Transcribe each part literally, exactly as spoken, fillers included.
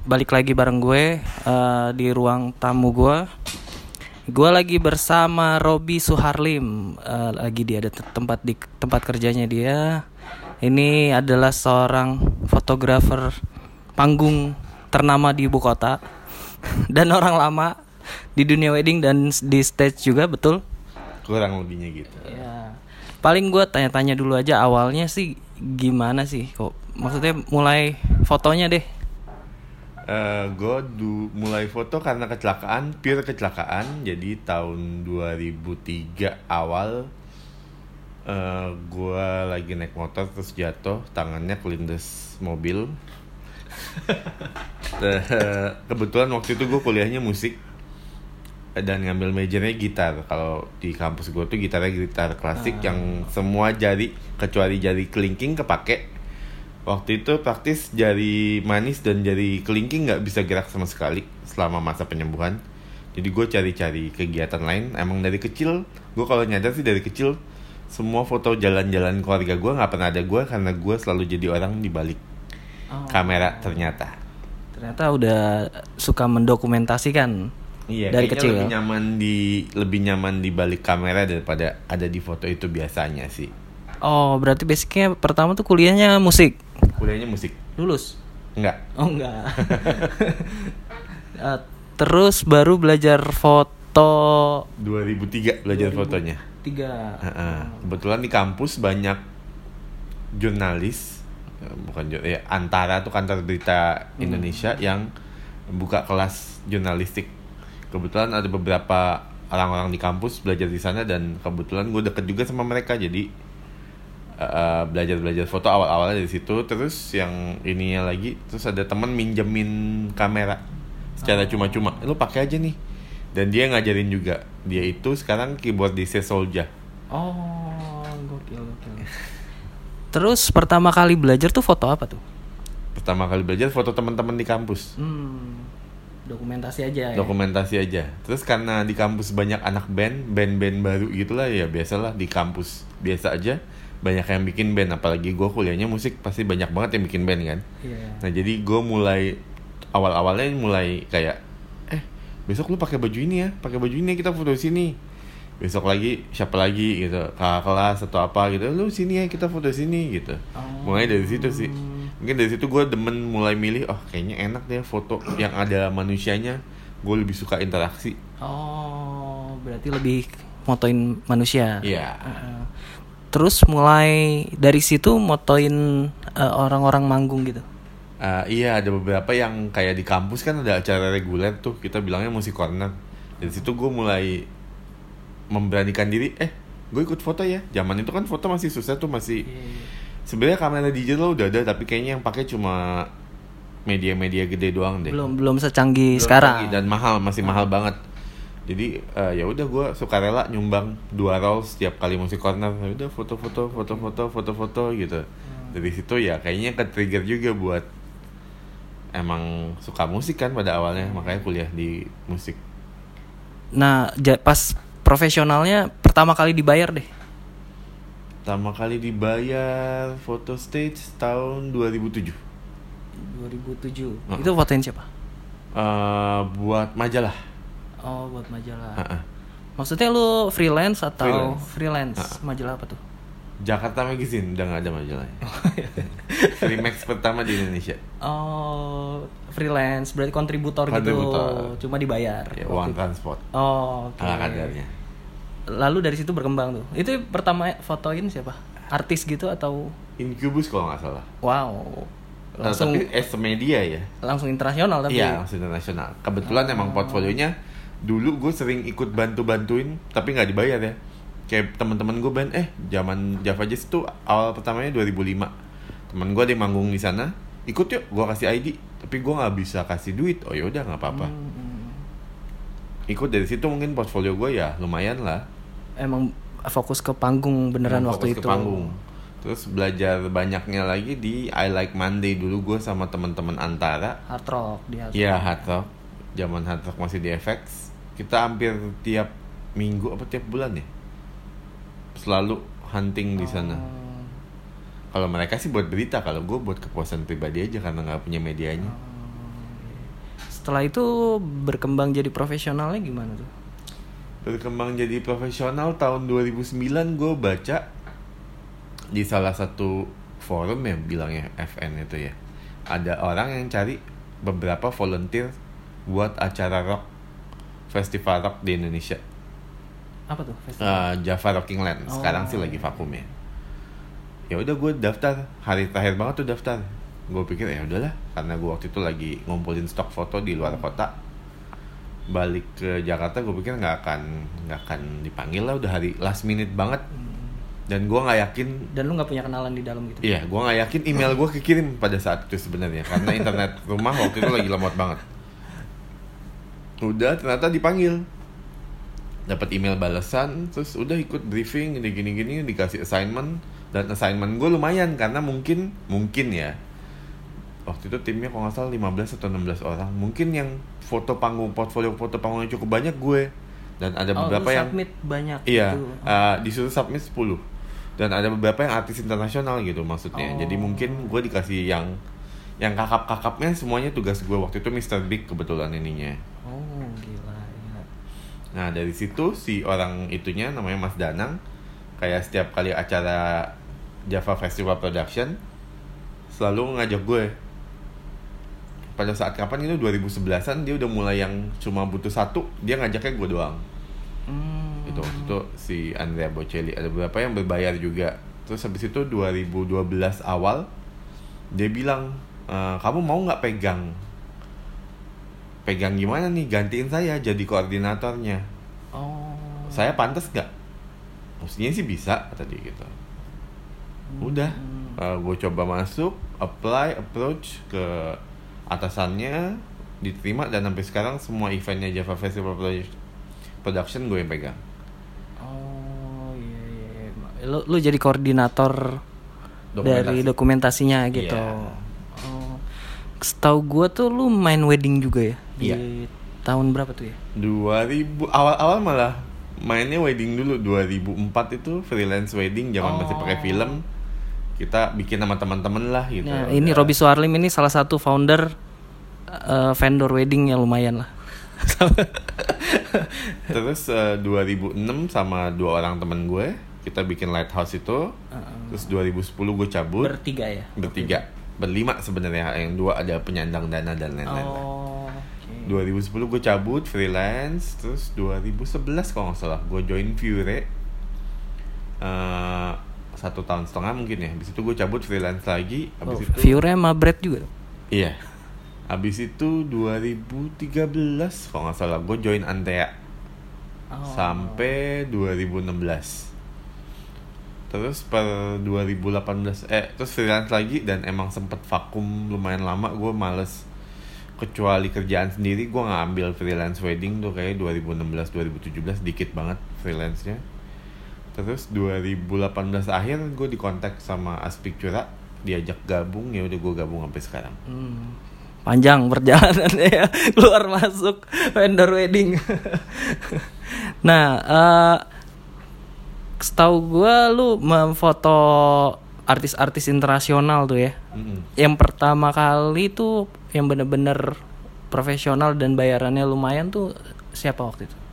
balik lagi bareng gue uh, di ruang tamu gue. Gue lagi bersama Robi Suharlim, uh, lagi di ada tempat di tempat kerjanya dia. Ini adalah seorang fotografer panggung ternama di ibu kota dan orang lama di dunia wedding dan di stage juga, betul? Kurang lebihnya gitu. Ya. Paling gue tanya-tanya dulu aja, awalnya sih gimana sih kok? Maksudnya mulai fotonya deh. Uh, gue du- mulai foto karena kecelakaan, pure kecelakaan. Jadi tahun dua ribu tiga awal, uh, gue lagi naik motor terus jatuh, tangannya kelindes mobil. Kebetulan waktu itu gue kuliahnya musik dan ngambil majornya gitar. Kalau di kampus gue tuh gitarnya gitar klasik, ah. yang semua jari kecuali jari kelingking kepake. Waktu itu praktis jari manis dan jari kelingking gak bisa gerak sama sekali selama masa penyembuhan. Jadi gue cari-cari kegiatan lain. Emang dari kecil, gue kalau nyadar sih dari kecil, semua foto jalan-jalan keluarga gue gak pernah ada gue, karena gue selalu jadi orang di balik oh. kamera ternyata. Ternyata udah suka mendokumentasikan. Iya, dari kecil. Lebih nyaman di lebih nyaman di balik kamera daripada ada di foto itu biasanya sih. Oh, berarti basicnya pertama tuh kuliahnya musik. Kuliahnya musik. Lulus? Enggak. Oh, enggak. uh, terus baru belajar foto dua ribu tiga belajar dua ribu fotonya. tiga. Uh-uh. Kebetulan di kampus banyak jurnalis, bukan ya, Antara tuh kantor berita Indonesia hmm. yang buka kelas jurnalistik. Kebetulan ada beberapa orang-orang di kampus belajar di sana dan kebetulan gue deket juga sama mereka, jadi uh, belajar-belajar foto awal-awalnya dari situ. Terus yang ininya lagi, terus ada teman minjemin kamera secara oh. cuma-cuma, lu pakai aja nih, dan dia ngajarin juga. Dia itu sekarang keyboardisnya Soulja. Oh, gokil gokil. Terus pertama kali belajar tuh foto apa tuh? Pertama kali belajar foto teman-teman di kampus. Hmm. Dokumentasi aja ya? Dokumentasi aja. Terus karena di kampus banyak anak band, band-band baru gitulah, ya biasalah di kampus biasa aja banyak yang bikin band. Apalagi gue kuliahnya musik, pasti banyak banget yang bikin band kan. Yeah. Nah jadi gue mulai, awal-awalnya mulai kayak, eh besok lu pakai baju ini ya, pakai baju ini kita foto sini. Besok lagi siapa lagi gitu, kakak kelas atau apa gitu, lu sini ya kita foto sini gitu. Oh. Mulai dari situ sih. Mungkin dari situ gue demen mulai milih, oh kayaknya enak deh foto yang ada manusianya. Gue lebih suka interaksi. Oh, berarti lebih motoin manusia. Iya. Uh, terus mulai dari situ motoin uh, orang-orang manggung gitu. Uh, iya, ada beberapa yang kayak di kampus kan ada acara reguler tuh, kita bilangnya musik corner. Dari situ gue mulai memberanikan diri, eh gue ikut foto ya. Zaman itu kan foto masih susah tuh, masih yeah. Sebenarnya kamera digital udah ada, tapi kayaknya yang pakai cuma media-media gede doang deh. Belum belum secanggih belum sekarang. Canggih, dan mahal, masih hmm. mahal banget. Jadi uh, ya udah gue sukarela nyumbang dua roll setiap kali musik corner. Ya udah foto-foto, foto-foto, foto-foto gitu. Hmm. Dari situ ya kayaknya ke-trigger juga buat emang suka musik kan pada awalnya, makanya kuliah di musik. Nah, pas profesionalnya pertama kali dibayar deh. Pertama kali dibayar foto stage tahun dua ribu tujuh. dua ribu tujuh. Uh-uh. Itu fotoin siapa? Uh, buat majalah. Oh, buat majalah. Uh-uh. Maksudnya lu freelance atau freelance, freelance. Uh-uh. Majalah apa tuh? Jakarta Magazine, udah gak ada majalahnya. Freemax pertama di Indonesia. Oh, freelance, berarti kontributor, kontributor. Gitu. Cuma dibayar. Ya, uang transport. Oh, oke. Okay. Ala kadarnya. Lalu dari situ berkembang tuh. Itu pertama fotoin siapa? Artis gitu atau? Incubus kalau nggak salah. Wow. Langsung. Nah, tapi as media ya. Langsung internasional tapi. Iya, langsung internasional. Kebetulan oh. emang portfolionya dulu gue sering ikut bantu-bantuin, tapi nggak dibayar ya. Kayak teman-teman gue band, eh zaman Java Jazz tuh awal pertamanya dua ribu lima. Temen gue ada yang manggung di sana, ikut yuk, gue kasih I D, tapi gue nggak bisa kasih duit. Oh yaudah nggak apa-apa. Hmm. Ikut dari situ, mungkin portfolio gue ya lumayan lah. Emang fokus ke panggung beneran emang waktu fokus itu. Ke panggung. Terus belajar banyaknya lagi di I Like Monday dulu gue sama teman-teman Antara. Hard rock di Hard Rock. Iya, Hard Rock. Zaman Hard Rock masih di F X. Kita hampir tiap minggu apa tiap bulan ya, selalu hunting di sana. Oh. Kalau mereka sih buat berita, kalau gue buat kepuasan pribadi aja karena nggak punya medianya. Oh. setelah itu berkembang jadi profesionalnya gimana tuh? Berkembang jadi profesional tahun dua ribu sembilan gue baca di salah satu forum ya bilangnya F N itu ya. Ada orang yang cari beberapa volunteer buat acara rock, festival rock di Indonesia. Apa tuh? Uh, Java Rocking Land. Sekarang Oh. sih lagi vakum ya. Ya udah gue daftar, hari terakhir banget tuh daftar. Gue pikir ya udahlah, karena gue waktu itu lagi ngumpulin stok foto di luar kota. Balik ke Jakarta gue pikir nggak akan nggak akan dipanggil lah, udah hari last minute banget. Dan gue nggak yakin. Dan lu nggak punya kenalan di dalam gitu? Iya, gue nggak yakin email gue kekirim pada saat itu sebenarnya, karena internet rumah waktu itu lagi lemot banget. Udah ternyata dipanggil, dapat email balasan, terus udah ikut briefing gini gini gini, dikasih assignment. Dan assignment gue lumayan karena mungkin mungkin ya waktu itu timnya kalau nggak salah lima belas atau enam belas orang, mungkin yang foto panggung, portfolio foto panggungnya cukup banyak gue. Dan ada oh, beberapa yang submit banyak iya gitu. uh, disuruh submit sepuluh. Dan ada beberapa yang artis internasional gitu maksudnya. Oh. Jadi mungkin gue dikasih yang yang kakap-kakapnya semuanya tugas gue waktu itu mister Big kebetulan ininya. Oh gila, gila. Nah dari situ si orang itunya namanya Mas Danang, kayak setiap kali acara Java Festival Production selalu ngajak gue. Pada saat kapan itu dua ribu sebelas-an dia udah mulai yang cuma butuh satu, dia ngajaknya gue doang. Hmm. Itu waktu itu si Andrea Bocelli, ada beberapa yang berbayar juga. Terus habis itu dua ribu dua belas awal dia bilang, e, kamu mau nggak pegang pegang gimana nih, gantiin saya jadi koordinatornya. Oh. Saya pantas nggak? Mestinya sih bisa kata dia gitu. Udah, uh, gue coba masuk, apply, approach ke atasannya, diterima, dan sampai sekarang semua eventnya Java Festival Production gue yang pegang. Oh iya iya. Lu lu jadi koordinator Dokumentasi. dari dokumentasinya gitu. Iya. Oh. Setahu gua tuh lu main wedding juga ya? Iya. Di tahun berapa tuh ya? dua ribu awal-awal malah mainnya wedding dulu. Dua ribu empat itu freelance wedding, zaman Oh. masih pakai film. Kita bikin sama teman-teman lah gitu. Nah, ini Robby Suharlim ini salah satu founder uh, vendor wedding yang lumayan lah. Terus uh, dua ribu enam sama dua orang temen gue kita bikin lighthouse itu. Uh-uh. Terus dua ribu sepuluh gue cabut. Bertiga ya? Bertiga, berlima sebenarnya. Yang dua ada penyandang dana dan lain-lain. Oh, okay. dua ribu sepuluh gue cabut freelance. Terus dua ribu sebelas kalau nggak salah gue join Fure. Uh, satu tahun setengah mungkin ya. Habis itu gue cabut freelance lagi. Habis Oh, itu Fiore sama Brad juga? iya. Habis itu dua ribu tiga belas kalau nggak salah gue join Antea. Oh. Sampai dua ribu enam belas. Terus per dua ribu delapan belas eh terus freelance lagi, dan emang sempet vakum lumayan lama, gue males. Kecuali kerjaan sendiri gue nggak ambil freelance wedding tuh kayak dua ribu enam belas dua ribu tujuh belas dikit banget freelance-nya. Terus dua ribu delapan belas akhir gue dikontak sama Aspik Cura, diajak gabung, ya udah gue gabung sampai sekarang. Hmm. Panjang perjalanannya ya, keluar masuk vendor wedding. Nah, uh, setahu gue lu memfoto artis-artis internasional tuh ya. Mm-hmm. Yang pertama kali tuh yang bener-bener profesional dan bayarannya lumayan tuh siapa waktu itu?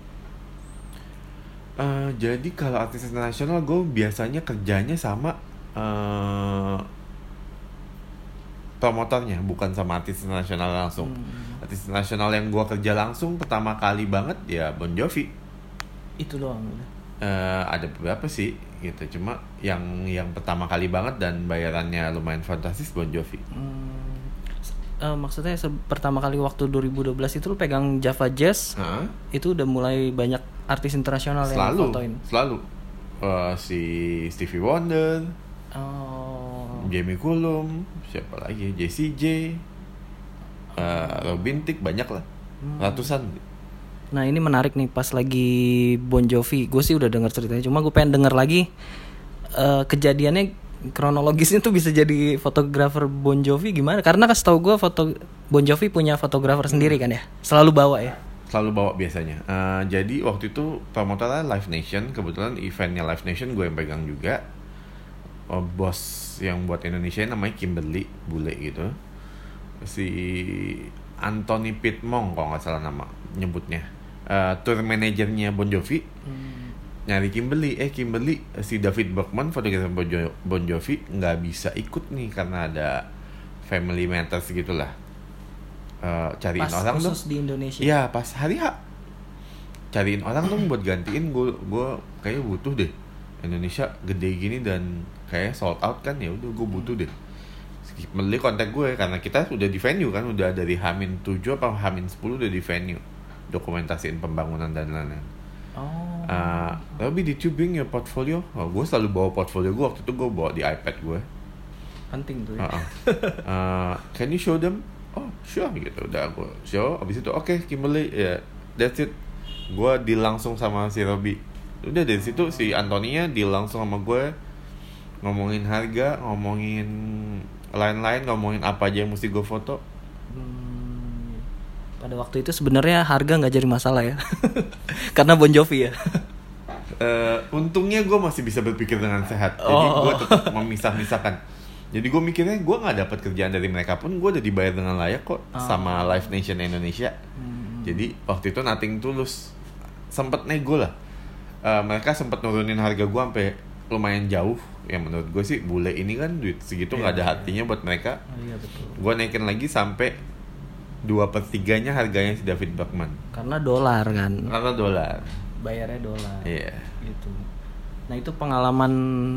Uh, jadi kalau artis internasional gue biasanya kerjanya sama uh, promotornya, bukan sama artis internasional langsung. Hmm. Artis internasional yang gue kerja langsung pertama kali banget ya Bon Jovi. Itu doang udah. Uh, ada beberapa sih gitu, cuma yang yang pertama kali banget dan bayarannya lumayan fantastis Bon Jovi. Hmm. Uh, maksudnya se- pertama kali waktu dua ribu dua belas itu lu pegang Java Jazz, uh-huh. itu udah mulai banyak artis internasional yang selalu, fotoin. Selalu, uh, si Stevie Wonder, oh. Jamie Cullum, siapa lagi, Jessie J, uh, Robin Thicke, banyak lah, hmm. ratusan. Nah ini menarik nih, pas lagi Bon Jovi, gue sih udah denger ceritanya, cuma gue pengen denger lagi uh, kejadiannya, kronologisnya tuh bisa jadi fotografer Bon Jovi gimana? Karena kan setahu gue foto Bon Jovi punya fotografer hmm. sendiri kan ya, selalu bawa ya. Selalu bawa biasanya. Uh, jadi waktu itu promotornya Live Nation, kebetulan eventnya Live Nation gue yang pegang juga. Uh, bos yang buat Indonesia namanya Kimberly, bule gitu. Si Anthony Pitmong kalau nggak salah nama nyebutnya, uh, tour manajernya Bon Jovi. Hmm. Nyari Kimberly, eh Kimberly si David Bergman fotografer Bon Jovi nggak bisa ikut nih karena ada family matters gitulah. Uh, cariin pas orang dong. Pas di Indonesia. Iya pas hari H. Cariin orang dong buat gantiin gue, gue kayaknya butuh deh. Indonesia gede gini dan kayak sold out kan, ya udah gue butuh deh. Kimberly kontak gue karena kita udah di venue kan, udah dari H minus tujuh apa H minus sepuluh udah di venue, dokumentasiin pembangunan dan lain-lain. Oh. Uh, Tapi did you bring your portfolio? Oh, gue selalu bawa portfolio gue, waktu itu gue bawa di iPad gue. Penting tuh ya. Uh-uh. uh, Can you show them? Oh sure gitu, udah gue show. Abis itu oke okay, Kimberly, ya yeah, that's it. Gue deal langsung sama si Robby. Udah dari situ si Antonia deal langsung sama gue, ngomongin harga, ngomongin lain-lain, ngomongin apa aja yang mesti gue foto. Hmm, pada waktu itu sebenarnya harga nggak jadi masalah ya, karena Bon Jovi ya. Uh, untungnya gue masih bisa berpikir dengan sehat, jadi oh. gue tetap memisah-misahkan. Jadi gue mikirnya gue nggak dapat kerjaan dari mereka pun gue udah dibayar dengan layak kok oh. sama Live Nation Indonesia. Hmm. Jadi waktu itu nothing tulus, sempet nego lah. Uh, mereka sempat nurunin harga gue sampai lumayan jauh. Ya menurut gue sih bule ini kan duit segitu nggak yeah, ada hatinya yeah. buat mereka. Oh, iya, betul. Gue naikin lagi sampai dua per tiganya harganya si David Bergman. Karena dolar kan. Karena dolar. Bayarnya dolar. Iya. Yeah. Gitu. Nah itu pengalaman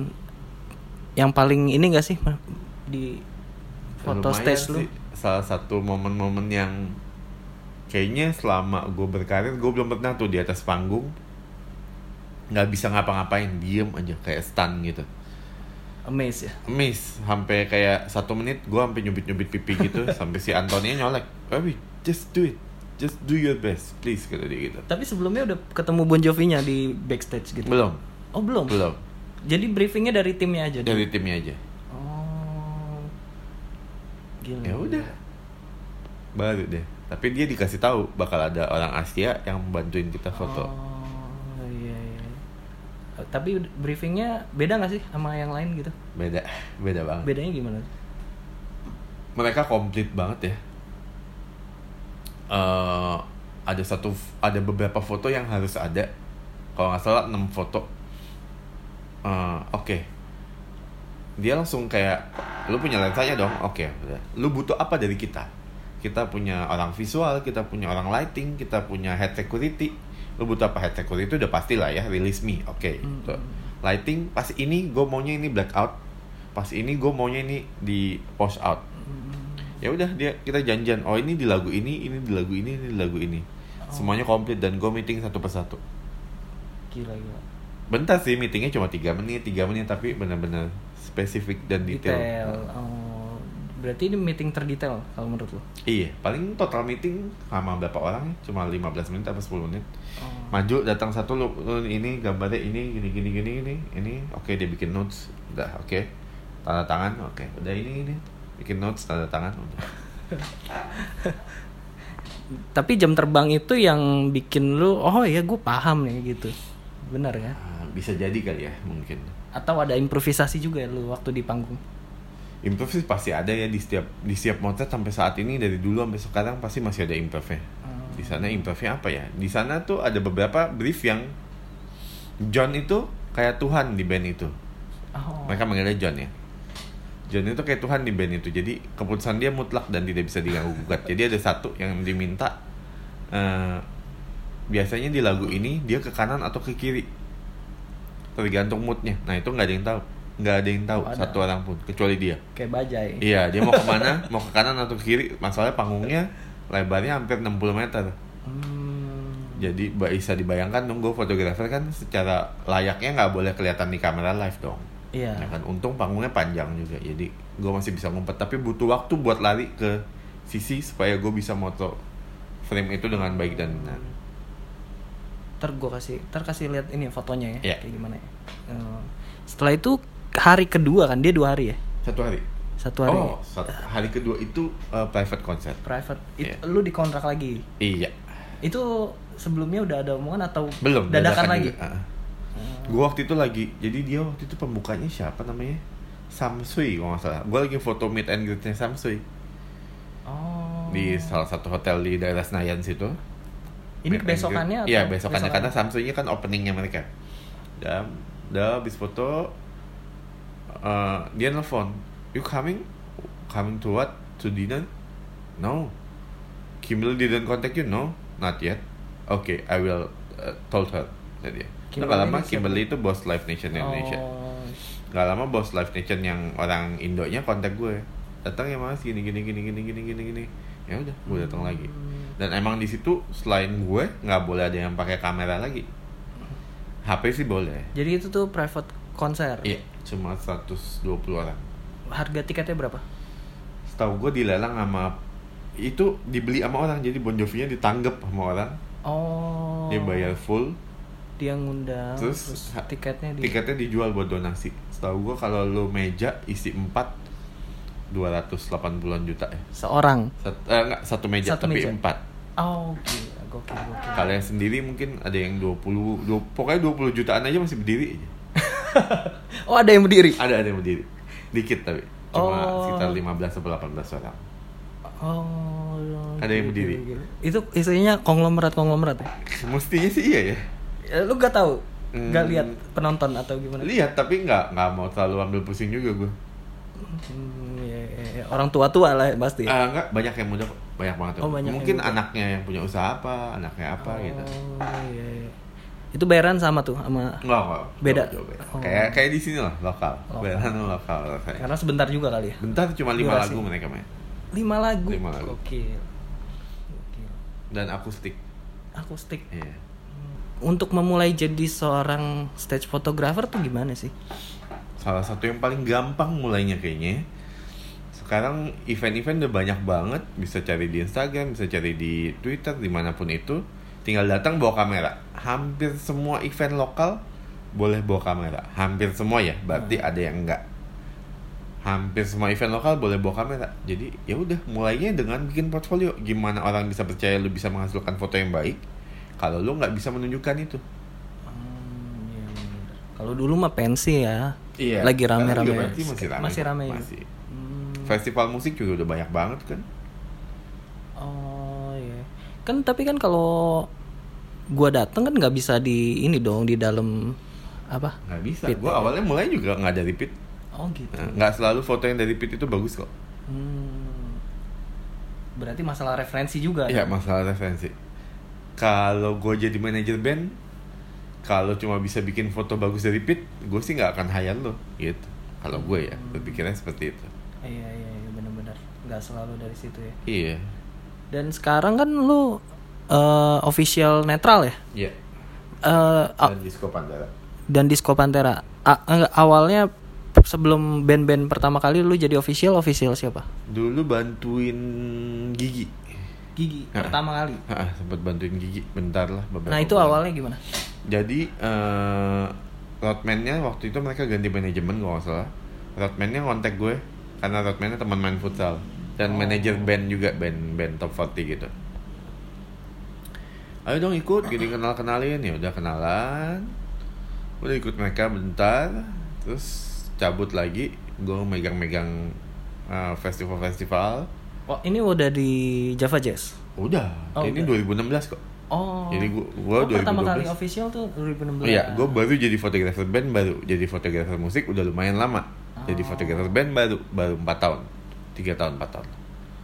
yang paling ini nggak sih di foto lumayan stage lu? Salah satu momen-momen yang kayaknya selama gue berkarir gue belum pernah tuh di atas panggung nggak bisa ngapa-ngapain, diem aja kayak stun gitu. Amaze ya? Amaze, sampai kayak satu menit gue sampai nyubit-nyubit pipi gitu, sampai si Antonia nyolek, Baby, just do it, just do your best, please, kata dia gitu. Tapi sebelumnya udah ketemu Bon Jovi-nya di backstage gitu? Belum. Oh belum? Belum. Jadi briefingnya dari timnya aja? Dari deh? timnya aja. Oh, gila. Ya udah, baru deh. Tapi dia dikasih tahu bakal ada orang Asia yang bantuin kita foto. Oh. Tapi briefingnya beda nggak sih sama yang lain gitu? Beda, beda banget. Bedanya gimana? Mereka komplit banget ya. Uh, ada satu, ada beberapa foto yang harus ada. Kalau nggak salah enam foto. Uh, Oke. Okay. Dia langsung kayak, lu punya lensanya dong. Oke, okay, lu butuh apa dari kita? Kita punya orang visual, kita punya orang lighting, kita punya head security. Lu butuh apa? Head security itu udah pasti lah ya, release me, oke okay, mm-hmm. Tuh. Lighting, pas ini gue maunya ini blackout, pas ini gue maunya ini di push out. Mm-hmm. Ya udah dia kita janjian, oh ini di lagu ini, ini di lagu ini, ini di lagu ini. Oh. Semuanya komplit dan gue meeting satu persatu. Gila gila. Bentar sih meetingnya cuma tiga menit, tiga menit tapi benar-benar spesifik dan detail. Detail. Oh. Berarti ini meeting terdetail kalau menurut lo? Iya, paling total meeting sama berapa orang? Cuma lima belas menit atau sepuluh menit. Oh. Maju datang satu lu, lu ini gambarnya ini gini gini gini ini ini oke okay, dia bikin notes udah oke okay. Tanda tangan oke okay. Udah ini ini bikin notes tanda tangan udah. Tapi jam terbang itu yang bikin lu oh ya gue paham nih gitu, benar kan? Bisa jadi kali ya mungkin. Atau ada improvisasi juga ya lu waktu di panggung? Improv pasti ada ya di setiap di setiap motret sampai saat ini, dari dulu sampai sekarang pasti masih ada improvnya. Hmm. Di sana improvnya apa ya? Di sana tuh ada beberapa brief yang John itu kayak Tuhan di band itu. Oh. Mereka manggilnya John ya. John itu kayak Tuhan di band itu. Jadi keputusan dia mutlak dan tidak bisa diganggu gugat. Jadi ada satu yang diminta uh, biasanya di lagu ini dia ke kanan atau ke kiri. Tergantung moodnya. Nah itu nggak ada yang tahu. Nggak ada yang tahu oh, satu orang pun kecuali dia. Kayak bajai. Iya, dia mau kemana, mau ke kanan atau ke kiri. Masalahnya panggungnya lebarnya hampir enam puluh meter. Hmm. Jadi bisa dibayangkan dong, gue fotografer kan secara layaknya nggak boleh kelihatan di kamera live dong. Iya. Ya kan, untung panggungnya panjang juga, jadi gue masih bisa ngumpet. Tapi butuh waktu buat lari ke sisi supaya gue bisa moto frame itu dengan baik dan benar. Ntar gue kasih, ntar kasih lihat ini fotonya ya, yeah. Kayak gimana ya. Uh, setelah itu hari kedua kan, dia dua hari ya? Satu hari. Satu hari. Oh, satu, hari kedua itu uh, private concert. Private. Itu yeah. Lu dikontrak lagi? Iya. Itu sebelumnya udah ada omongan atau belum? Dadakan, dadakan lagi? Uh. Hmm. Gue waktu itu lagi, jadi dia waktu itu pembukanya siapa namanya? Samsui kalau nggak salah. Gue lagi foto meet and greet-nya Samsui. Oh. di salah satu hotel di daerah Senayan situ. Ini besokannya atau? Iya, besokannya, besokannya? karena Samsungnya kan openingnya mereka. Dan udah habis foto, uh, dia nelfon, you coming? Coming to what? To dinner? No. Kimberly didn't contact you? No, not yet. Okay, I will uh, told her. Jadi, nah, gak lama Kimberly itu bos Live Nation Indonesia. Oh. Gak lama bos Live Nation yang orang Indonya kontak gue. Datang ya mas, gini gini gini gini gini gini gini. Ya udah, gue datang lagi. Dan emang di situ selain gue nggak boleh ada yang pakai kamera lagi. H P sih boleh. Jadi itu tuh private konser. Iya, cuma seratus dua puluh orang. Harga tiketnya berapa? Setahu gue dilelang sama itu dibeli sama orang, jadi Bon Jovi-nya ditanggap sama orang. Oh. Dia bayar full. Dia ngundang. Terus, Terus tiketnya di... tiketnya dijual buat donasi. Setahu gue kalau lo meja isi empat dua ratus delapan puluhan juta ya. Seorang. Sat, eh, enggak, satu meja Satu tapi meja. empat. Oh, gila, gokil, gokil. Kalau yang sendiri mungkin ada yang dua puluh, dua, pokoknya dua puluh jutaan aja masih berdiri aja. Oh, ada yang berdiri? Ada ada yang berdiri. Dikit tapi cuma Oh. sekitar lima belas atau delapan belas orang. Oh, Ada yang berdiri. gila, gila. Itu isinya konglomerat-konglomerat ya? Mestinya sih iya ya. Ya, lu gak tahu? Gak Hmm. lihat penonton atau gimana? Lihat tapi nggak nggak mau terlalu ambil pusing juga gue. Hmm, ya, ya, ya. Orang tua-tua lah pasti. Ah nggak, banyak yang muda kok, banyak banget. Oh, banyak yang Mungkin muda. anaknya yang punya usaha apa, anaknya apa oh, gitu. iya, iya. Itu bayaran sama tuh sama Enggak, enggak. Beda? Jauh, jauh beda. Oh. Kayak kayak di sini lah, lokal. Lokal. Bayaran lokal rasanya. karena sebentar juga kali ya. Bentar cuma lima Durasi. lagu mereka main. Lima lagu. Lima lagu. Gokil. Gokil. Dan akustik. Akustik. Iya. Untuk memulai jadi seorang stage photographer tuh gimana sih? Salah satu yang paling gampang mulainya kayaknya. Sekarang event-event udah banyak banget, bisa cari di Instagram, bisa cari di Twitter, dimanapun itu. Tinggal datang bawa kamera. Hampir semua event lokal boleh bawa kamera. Hampir semua ya, berarti Hmm. ada yang enggak. Hampir semua event lokal boleh bawa kamera. Jadi ya udah, mulainya dengan bikin portfolio. Gimana orang bisa percaya lu bisa menghasilkan foto yang baik kalau lu nggak bisa menunjukkan itu. Hmm, iya, bener. Kalau dulu mah pensi ya. Iya. Lagi Sekarang rame-rame. juga Masih, masih rame. Masih kok, rame. Masih. Hmm. Festival musik juga udah banyak banget kan. Oh iya. Kan tapi kan kalau gua dateng kan nggak bisa di ini dong di dalam apa? Nggak bisa. Pit, Gue ya? awalnya mulai juga nggak dari pit. Oh gitu. Nah, nggak selalu foto yang dari pit itu bagus kok. Hmm. Berarti masalah referensi juga. Iya, masalah referensi. Kalau gue jadi manajer band, kalau cuma bisa bikin foto bagus dari pit, gue sih nggak akan hire lo, gitu. Kalau gue ya, berpikirnya seperti itu. Iya iya iya benar-benar. Nggak selalu dari situ ya. Iya. Dan sekarang kan lu uh, official netral ya? Iya. Uh, a- Dan Disco Pantera. dan Disco Pantera. A- enggak, awalnya sebelum band-band pertama kali lu jadi official, official siapa? Dulu bantuin Gigi. Gigi Ah. pertama kali. Ah, sempat bantuin Gigi bentar lah. beberapa Nah itu bulan. awalnya gimana? Jadi uh, roadman-nya waktu itu mereka ganti manajemen kalau nggak salah. Roadman-nya ngontak gue karena roadman-nya teman main futsal dan Oh. manajer band juga, band band top empat puluh gitu. Ayo dong ikut, gini kenal kenalin, ya udah kenalan. Udah ikut mereka bentar, terus cabut lagi. Gue megang-megang uh, festival-festival. Oh ini udah di Java Jazz. Udah, Oh, ini udah. dua ribu enam belas kok. Oh. Jadi gua, gua oh, pertama kali dua ribu dua belas. official tuh dua ribu enam belas. Iya, gue baru jadi fotografer band baru, jadi fotografer musik udah lumayan lama. Jadi Oh. fotografer band baru, baru empat tahun, tiga tahun, empat tahun.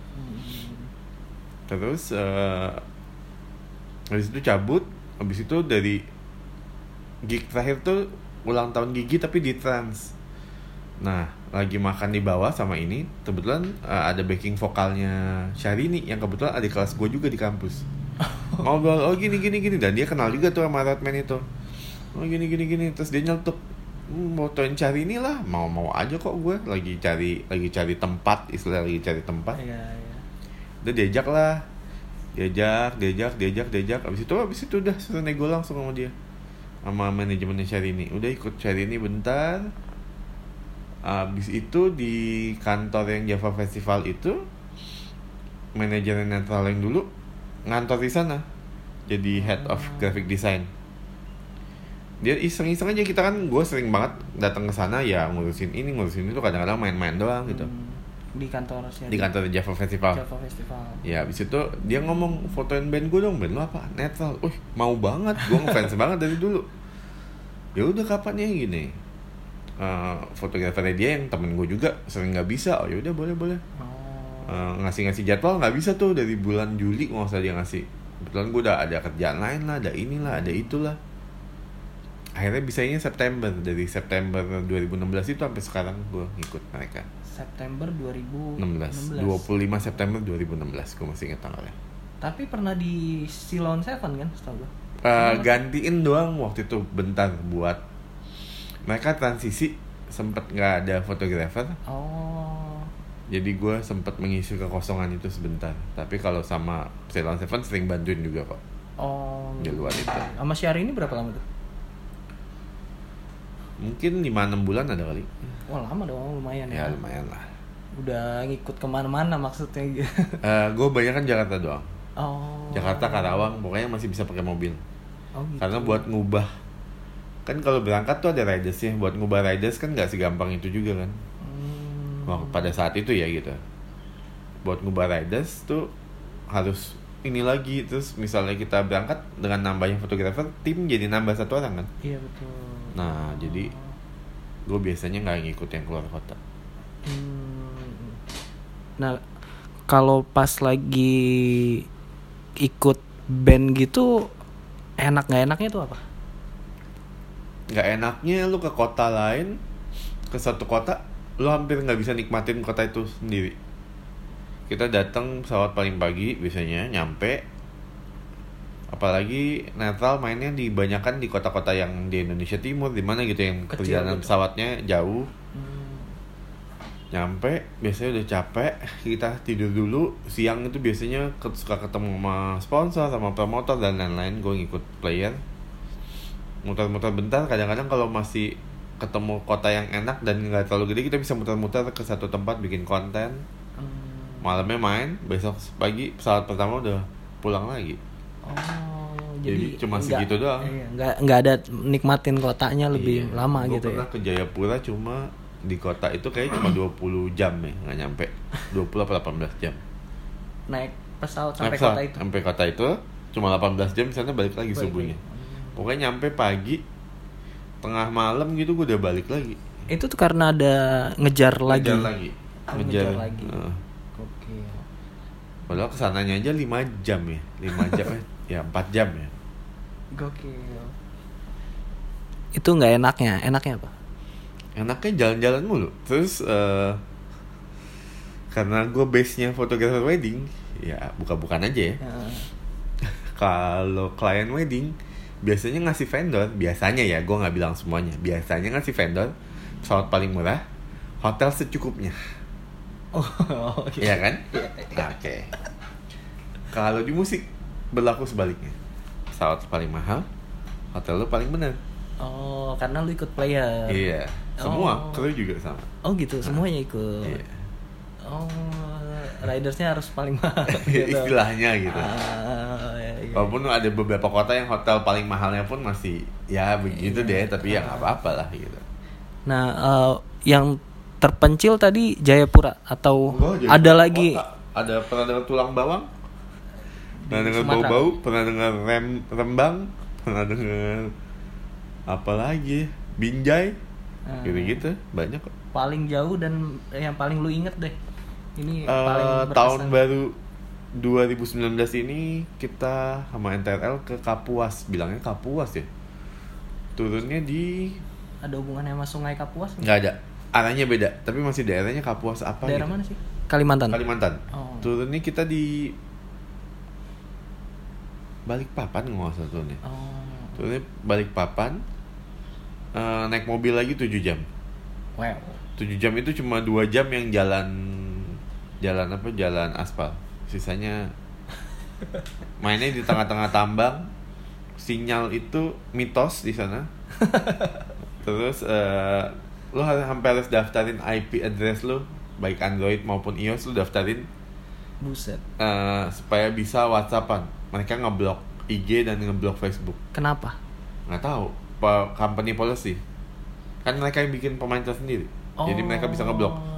Terus uh, habis itu cabut, habis itu dari gig terakhir tuh ulang tahun Gigi tapi di Trans. Nah, lagi makan di bawah sama ini, kebetulan uh, ada backing vokalnya Syahrini yang kebetulan ada kelas gue juga di kampus. Ngobrol, oh gini gini gini, dan dia kenal juga tuh sama Ratman itu. Oh gini gini gini, terus dia nyeletuk, hmm, motoin Syahrini lah, mau mau aja kok gue, lagi cari lagi cari tempat, istilah lagi cari tempat. Iya iya. Udah diajak lah, diajak, diajak, diajak, diajak. Abis itu, abis itu udah suruh nego langsung sama dia, sama manajemennya Syahrini. Udah ikut Syahrini bentar. Abis itu di kantor yang Java Festival itu, manajernya Netral yang dulu ngantor di sana, jadi head of graphic design. Dia iseng-iseng aja, kita kan, gue sering banget datang ke sana ya ngurusin ini ngurusin itu, kadang-kadang main-main doang gitu. Hmm. Di kantor di kantor Java Festival. Java Festival. Ya abis itu dia ngomong fotoin band gue dong, band lo apa? Netral. Wih mau banget, gue ngefans banget dari dulu. Ya udah kapan ya gini. Uh, fotografernya dia yang temen gue juga sering nggak bisa. Oh ya udah boleh boleh. Oh. Uh, ngasih-ngasih jadwal nggak bisa tuh dari bulan Juli nggak usah dia ngasih. Kebetulan gue udah ada kerjaan lain lah, ada inilah, ada itulah. Akhirnya bisanya September, dari September dua ribu enam belas itu sampai sekarang gue ngikut mereka. September dua ribu enam belas, dua puluh lima September dua ribu enam belas, gue masih ingat tanggalnya. Tapi pernah di Silon Seven kan, setahu gue? Uh, gantiin doang waktu itu bentar buat mereka transisi, sempet nggak ada fotografer. Oh. Jadi gue sempet mengisi kekosongan itu sebentar. Tapi kalau sama Silon Seven sering bantuin juga kok. Oh. Di luar itu. Sama Syahrini berapa lama tuh? Mungkin lima enam bulan ada kali. Wah lama dong, lumayan ya. Ya lumayan lah. Udah ngikut kemana-mana maksudnya gitu. Uh, gue banyak kan Jakarta doang. Oh. Jakarta, Karawang, pokoknya masih bisa pakai mobil. Oh, gitu. Karena buat ngubah, kan kalau berangkat tuh ada ridersnya. Buat ngubah riders kan nggak segampang itu juga kan. Hmm. Wah, pada saat itu ya gitu. Buat ngubah riders tuh harus ini lagi. Terus misalnya kita berangkat dengan nambahnya fotografer, tim jadi nambah satu orang kan. Iya betul. Nah, jadi gue biasanya nggak ngikut yang keluar kota. Hmm. Nah, kalau pas lagi ikut band gitu, enak nggak enaknya tuh apa? Nggak enaknya lu ke kota lain, ke satu kota, lu hampir nggak bisa nikmatin kota itu sendiri. Kita datang pesawat paling pagi biasanya, nyampe. Apalagi netral mainnya dibanyakan di kota-kota yang di Indonesia Timur, di mana gitu yang Kecil perjalanan gitu. pesawatnya jauh. Hmm. Nyampe biasanya udah capek, kita tidur dulu. Siang itu biasanya suka ketemu sama sponsor, sama promotor dan lain-lain. Gue ngikut player, muter-muter bentar. Kadang-kadang kalau masih ketemu kota yang enak dan nggak terlalu gede, kita bisa muter-muter ke satu tempat bikin konten. Hmm. Malamnya main, besok pagi pesawat pertama udah pulang lagi. Oh, Jadi, jadi cuma enggak, segitu doang. Iya, enggak enggak ada nikmatin kotanya lebih Iya. lama Gua gitu pernah ya. ke Jayapura cuma di kota itu kayak cuma dua puluh jam ya, nggak nyampe. dua puluh atau delapan belas jam. Naik pesawat sampai Naik pesawat, kota itu. Sampai kota itu cuma delapan belas jam, sana balik lagi Balik subuhnya. lagi. Pokoknya nyampe pagi, tengah malam gitu gue udah balik lagi. Itu tuh karena ada ngejar lagi. Ngejar lagi. Oh, ngejar lagi. Uh. Oke. Padahal kesananya aja lima jam ya, lima jam ya, ya empat jam ya. Gokil. Itu nggak enaknya, enaknya apa? Enaknya jalan-jalan mulu. Terus uh, karena gue base-nya fotografer wedding, ya buka-bukan aja ya. Uh. Kalau klien wedding biasanya ngasih vendor, biasanya ya, gue nggak bilang semuanya, biasanya ngasih vendor pesawat paling murah, hotel secukupnya. Oh, okay. Iya kan? Oke. Okay. Kalau di musik berlaku sebaliknya, pesawat paling mahal, hotel lu paling benar. Oh, karena lu ikut player. Iya. Semua Oh. kru juga sama. Oh gitu, semuanya ikut. Iya. Oh, ridersnya harus paling mahal. Gitu. Istilahnya gitu. Ah, iya, iya. Walaupun ada beberapa kota yang hotel paling mahalnya pun masih ya begitu Iya. deh, tapi ya nggak apa-apa lah gitu. Nah, uh, yang terpencil tadi Jayapura atau Oh, jadi ada lagi? kota. Ada pernah dengar tulang bawang? Pernah dengar Sumatera. bau-bau? Pernah dengar rem rembang? Pernah dengar apa lagi? Binjai? Hmm. Gitu-gitu, banyak kok. Paling jauh dan yang paling lu inget deh. Ini Eh, paling berkesan. tahun baru dua ribu sembilan belas ini kita sama N T R L ke Kapuas, bilangnya Kapuas ya. Turunnya di Ada hubungannya sama Sungai Kapuas? nggak ada, arahnya beda, tapi masih daerahnya Kapuas apa Daerah gitu. mana sih? Kalimantan. Kalimantan. Oh. Turunnya kita di Balikpapan nggak usah turunnya. Oh. Turunnya Balikpapan, eh, naik mobil lagi tujuh jam. Wow. tujuh jam itu cuma dua jam yang jalan jalan apa? Jalan aspal. Sisanya mainnya di tengah-tengah tambang. Sinyal itu mitos di sana. Terus uh, lu harus sampai harus daftarin I P address lu, baik Android maupun iOS, lu daftarin Buset. uh, supaya bisa WhatsAppan. Mereka ngeblok I G dan ngeblok Facebook. Kenapa? Nggak tahu, pa- company policy. Kan mereka yang bikin pemain tersendiri. Jadi mereka bisa ngeblok.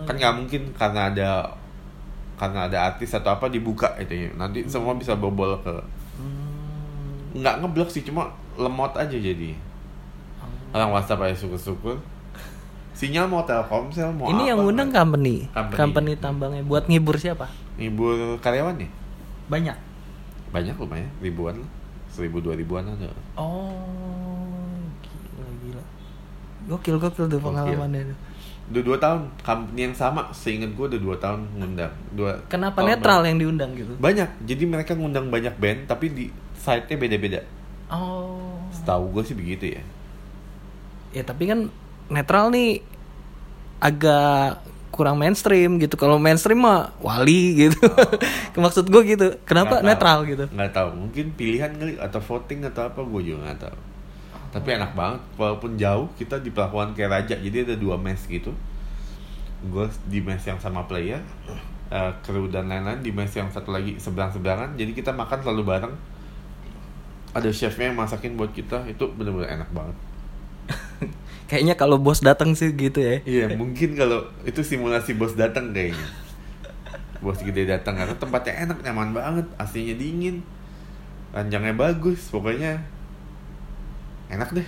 Kan nggak mungkin karena ada karena ada artis atau apa dibuka itu ya. Nanti semua bisa bobol ke. Hmm. Nggak ngeblok sih, cuma lemot aja jadi. Orang WhatsApp aja syukur-syukur. Sinyal mau Telkomsel mau Ini apa, yang ngundang kan? company. Company. company tambangnya buat ngibur siapa? Ngibur karyawan ya? Banyak. Banyak lumayan, ribuan lah. Seribu dua ribuan ada. Oh, gila gila. Gokil gokil tuh Gokil. pengalamannya. Udah dua tahun, company yang sama, seingat gue udah dua tahun ngundang. Dua. Kenapa tahun netral baru. yang diundang gitu? Banyak, jadi mereka ngundang banyak band, tapi di site-nya beda-beda. Oh. Setahu gue sih begitu ya. Ya tapi kan netral nih agak kurang mainstream gitu. Kalau mainstream mah Wali gitu. Oh. Maksud gue gitu. Kenapa Nggak netral tahu. gitu? Nggak tahu, mungkin pilihan kali atau voting atau apa, gue juga nggak tahu. Tapi enak banget, walaupun jauh kita diperlakukan kayak raja. Jadi ada dua mes gitu. Gue di mes yang sama player, uh, kru dan lain-lain di mes yang satu lagi seberang-seberangan. Jadi kita makan selalu bareng. Ada chefnya yang masakin buat kita, itu benar-benar enak banget. Kayaknya kalau bos datang sih gitu ya. Iya, mungkin kalau itu simulasi bos datang kayaknya. Bos gede datang karena tempatnya enak, nyaman banget, A C-nya dingin, ranjangnya bagus, pokoknya enak deh.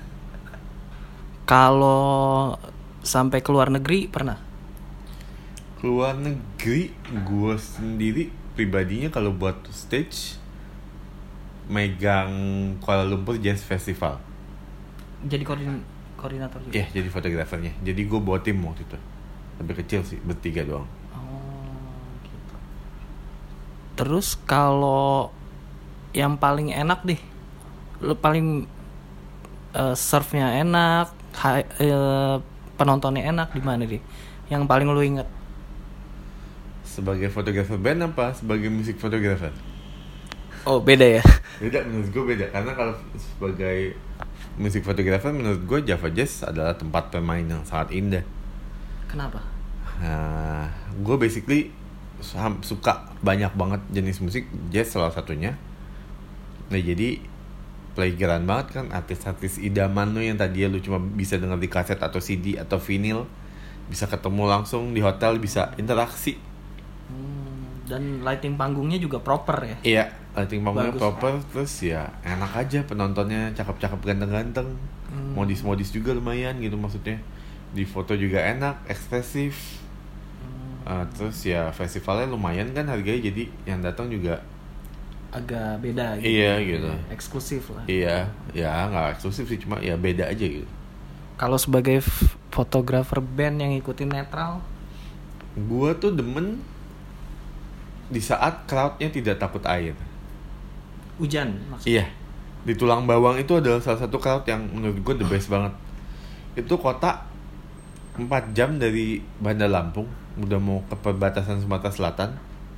Kalau sampai ke luar negeri pernah? Keluar negeri, gue sendiri pribadinya kalau buat stage megang Kuala Lumpur Jazz Festival. Jadi koordin koordinator juga. Iya, yeah, jadi fotografernya. Jadi gue bawa tim waktu itu. Lebih kecil sih, bertiga doang. Oh, gitu. Terus kalau yang paling enak deh, lo paling uh, serve-nya enak, hi, uh, penontonnya enak di mana deh? Yang paling lo inget? Sebagai fotografer band apa sebagai musik fotografer? Oh, beda ya? Beda, menurut gue beda. Karena kalau sebagai musik fotografer, menurut gue Java Jazz adalah tempat bermain yang sangat indah. Kenapa? Nah, gue basically suka banyak banget jenis musik, jazz salah satunya. Nah, jadi playground banget kan, artis-artis idaman lo yang tadi lu cuma bisa denger di kaset atau C D atau vinyl, bisa ketemu langsung di hotel, bisa interaksi. Hmm, dan lighting panggungnya juga proper ya? Iya, lighting panggungnya Bagus. proper, terus ya enak aja, penontonnya cakep-cakep ganteng-ganteng, Hmm. modis-modis juga lumayan gitu maksudnya. Di foto juga enak, ekspresif. Hmm. Uh, terus ya festivalnya lumayan kan harganya, jadi yang datang juga Agak beda gitu. iya gitu. Eksklusif lah. Iya, ya nggak eksklusif sih, cuma ya beda aja gitu. Kalau sebagai f- fotografer band yang ikutin netral, Gua tuh demen di saat crowdnya tidak takut air. hujan maksudnya. Iya, di Tulang Bawang itu adalah salah satu crowd yang menurut gue the best banget. Itu kota empat jam dari Bandar Lampung, udah mau ke perbatasan Sumatera Selatan.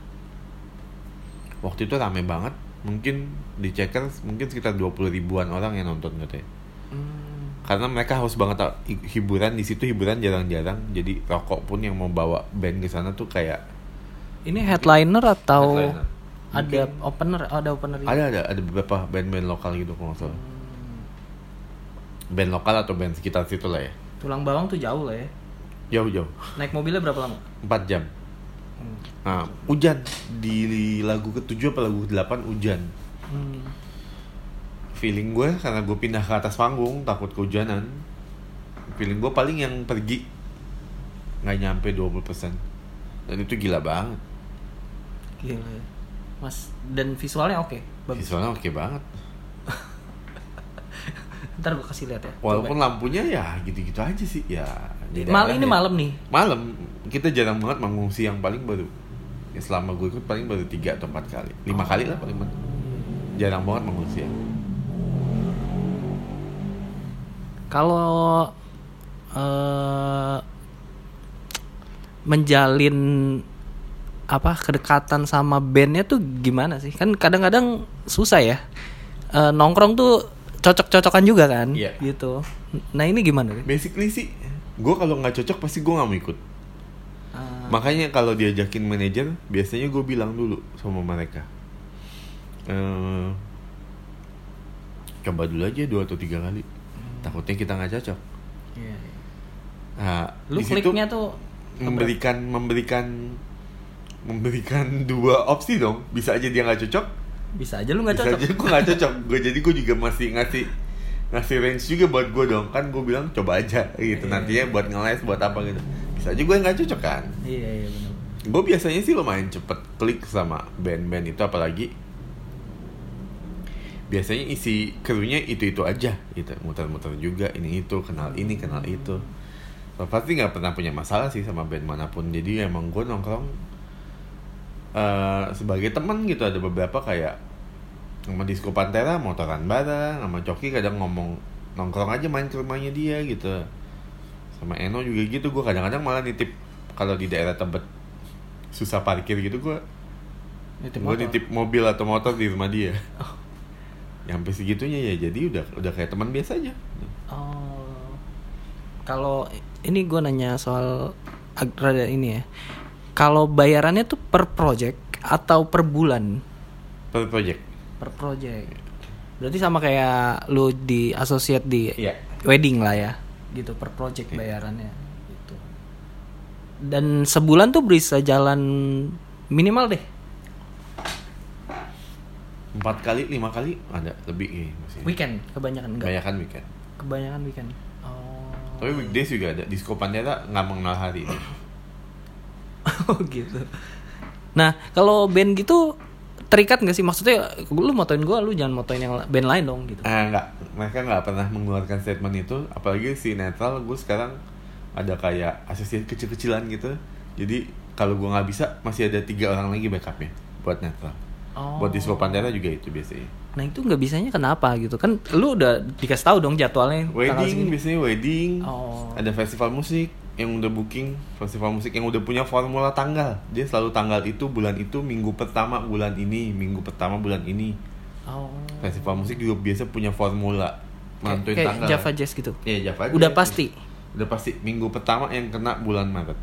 Waktu itu rame banget, mungkin di Checkers mungkin sekitar dua puluh ribuan orang yang nonton katanya. Hmm. Karena mereka haus banget tau, hiburan di situ, hiburan jarang-jarang. Jadi rokok pun yang mau bawa band ke sana tuh kayak Ini headliner atau headliner. ada Mungkin- opener? Ada opener. ada ada ada beberapa band-band lokal gitu kalau nggak salah. Band lokal atau band sekitar situ lah ya. Tulang Bawang tuh jauh lah ya. Jauh-jauh, Naik mobilnya berapa lama? empat jam. Hmm. Nah, hujan di lagu ketujuh apa lagu kedelapan hujan. Hmm. Feeling gue karena gue pindah ke atas panggung takut kehujanan. Feeling gue paling yang pergi nggak nyampe dua puluh persen. Dan itu gila banget. Gila ya. Mas, dan visualnya oke. Bagus. Visualnya oke banget. Ntar gue kasih lihat ya. Walaupun Coba. lampunya ya gitu-gitu aja sih. Ya. di Mal daerah ini ya. malam nih. Malam kita jarang banget mengungsi, yang paling baru. Ya, selama gue ikut paling baru tiga atau empat kali, lima kali lah paling banyak. Jarang banget mengungsi ya. Kalau eh, menjalin apa kedekatan sama bandnya tuh gimana sih? Kan kadang-kadang susah ya. Eh, nongkrong tuh cocok-cocokan juga kan, Iya. gitu. Nah ini gimana sih? Basically sih, gue kalau nggak cocok pasti gue nggak mau ikut. Ah, Makanya kalau diajakin manajer, biasanya gue bilang dulu sama mereka, eee, coba dulu aja dua atau tiga kali. Takutnya kita nggak cocok. iya, iya. Nah, Lu di situ kliknya tuh memberikan memberikan memberikan dua opsi dong. Bisa aja dia nggak cocok, bisa aja lu nggak cocok. bisa aja gue nggak cocok. Gue jadi gue juga masih ngasih ngasih range juga buat gue dong. Kan gue bilang coba aja gitu, Iya, nantinya iya. buat ngeles buat apa gitu. Bisa aja gue nggak cocok kan. Iya iya benar. Gue biasanya sih lumayan cepet klik sama band-band itu, apalagi biasanya isi krunya itu-itu aja gitu, muter-muter juga ini itu, kenal ini kenal itu. So, pasti nggak pernah punya masalah sih sama band manapun. Jadi emang gue nongkrong uh, sebagai teman gitu. Ada beberapa kayak sama Disco Pantera motoran bareng, sama Coki kadang ngomong nongkrong aja main ke rumahnya dia gitu. Sama Eno juga gitu, gue kadang-kadang malah nitip kalau di daerah Tebet susah parkir gitu, gue Nitip gue motor. nitip mobil atau motor di rumah dia. Oh. Ya sampai segitunya ya, jadi udah udah kayak teman biasa aja. Oh. Kalau ini gue nanya soal ag- rada ini ya. Kalau bayarannya tuh per project atau per bulan? Per project. Per project. Berarti sama kayak lu di associate di Iya. wedding lah ya. Gitu per project Iya. bayarannya gitu. Dan sebulan tuh bisa jalan minimal deh Empat kali, lima kali ada lebih eh, masih. weekend kebanyakan enggak? Kebanyakan weekend. Kebanyakan weekend. Oh. Tapi weekdays juga ada. Disco Pantera nggak mengenal hari. Oh gitu. Nah kalau band gitu terikat nggak sih, maksudnya lu motoin gue, lu jangan motoin yang band lain dong gitu. Ah nggak, mereka nggak pernah mengeluarkan statement itu. Apalagi si Netral, gue sekarang ada kayak asosiasi kecil-kecilan gitu. Jadi kalau gue nggak bisa, masih ada tiga orang lagi backupnya buat Netral. Oh. Buat Disco Pantera juga itu biasanya. Nah itu nggak bisanya kenapa gitu kan? Lu udah dikasih tahu dong jadwalnya. tanggal Wedding segini. biasanya wedding. Oh. Ada festival musik yang udah booking, festival musik yang udah punya formula tanggal. Dia selalu tanggal itu, bulan itu, minggu pertama bulan ini, minggu pertama bulan ini. Oh. Festival musik juga biasa punya formula Kayak, menentuin kayak tanggal. Java Jazz gitu. Iya, Java Udah Jazz. pasti. Udah pasti minggu pertama yang kena bulan Maret.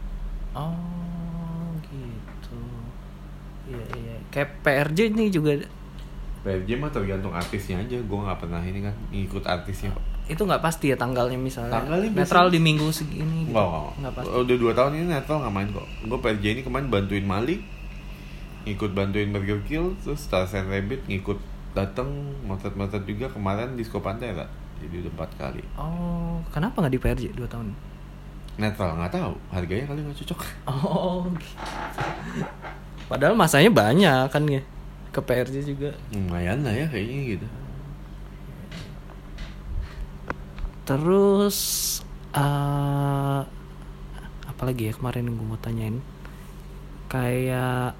Oh gitu. Iya iya. Kayak P R J ini juga P R J mah tergantung artisnya aja. Gue nggak pernah ini kan ngikut artisnya. itu nggak pasti ya tanggalnya, misalnya Tanggalnya netral biasanya- di minggu segini gitu. Nggak, nggak, Nggak pasti. udah dua tahun ini netral nggak main kok. Gue P R J ini kemarin bantuin Malik, ngikut bantuin Burger Kill, terus Stars and Rabbit ngikut dateng motret-motret juga kemarin Disco Pantera. Jadi udah empat kali. Oh, kenapa nggak di P R J dua tahun? Netral nggak tahu, harganya kali nggak cocok. Oh, gitu. Padahal masanya banyak kan ya, ke P R J juga. Lumayan lah ya kayaknya gitu. Terus uh, apa lagi ya kemarin gue mau tanyain, kayak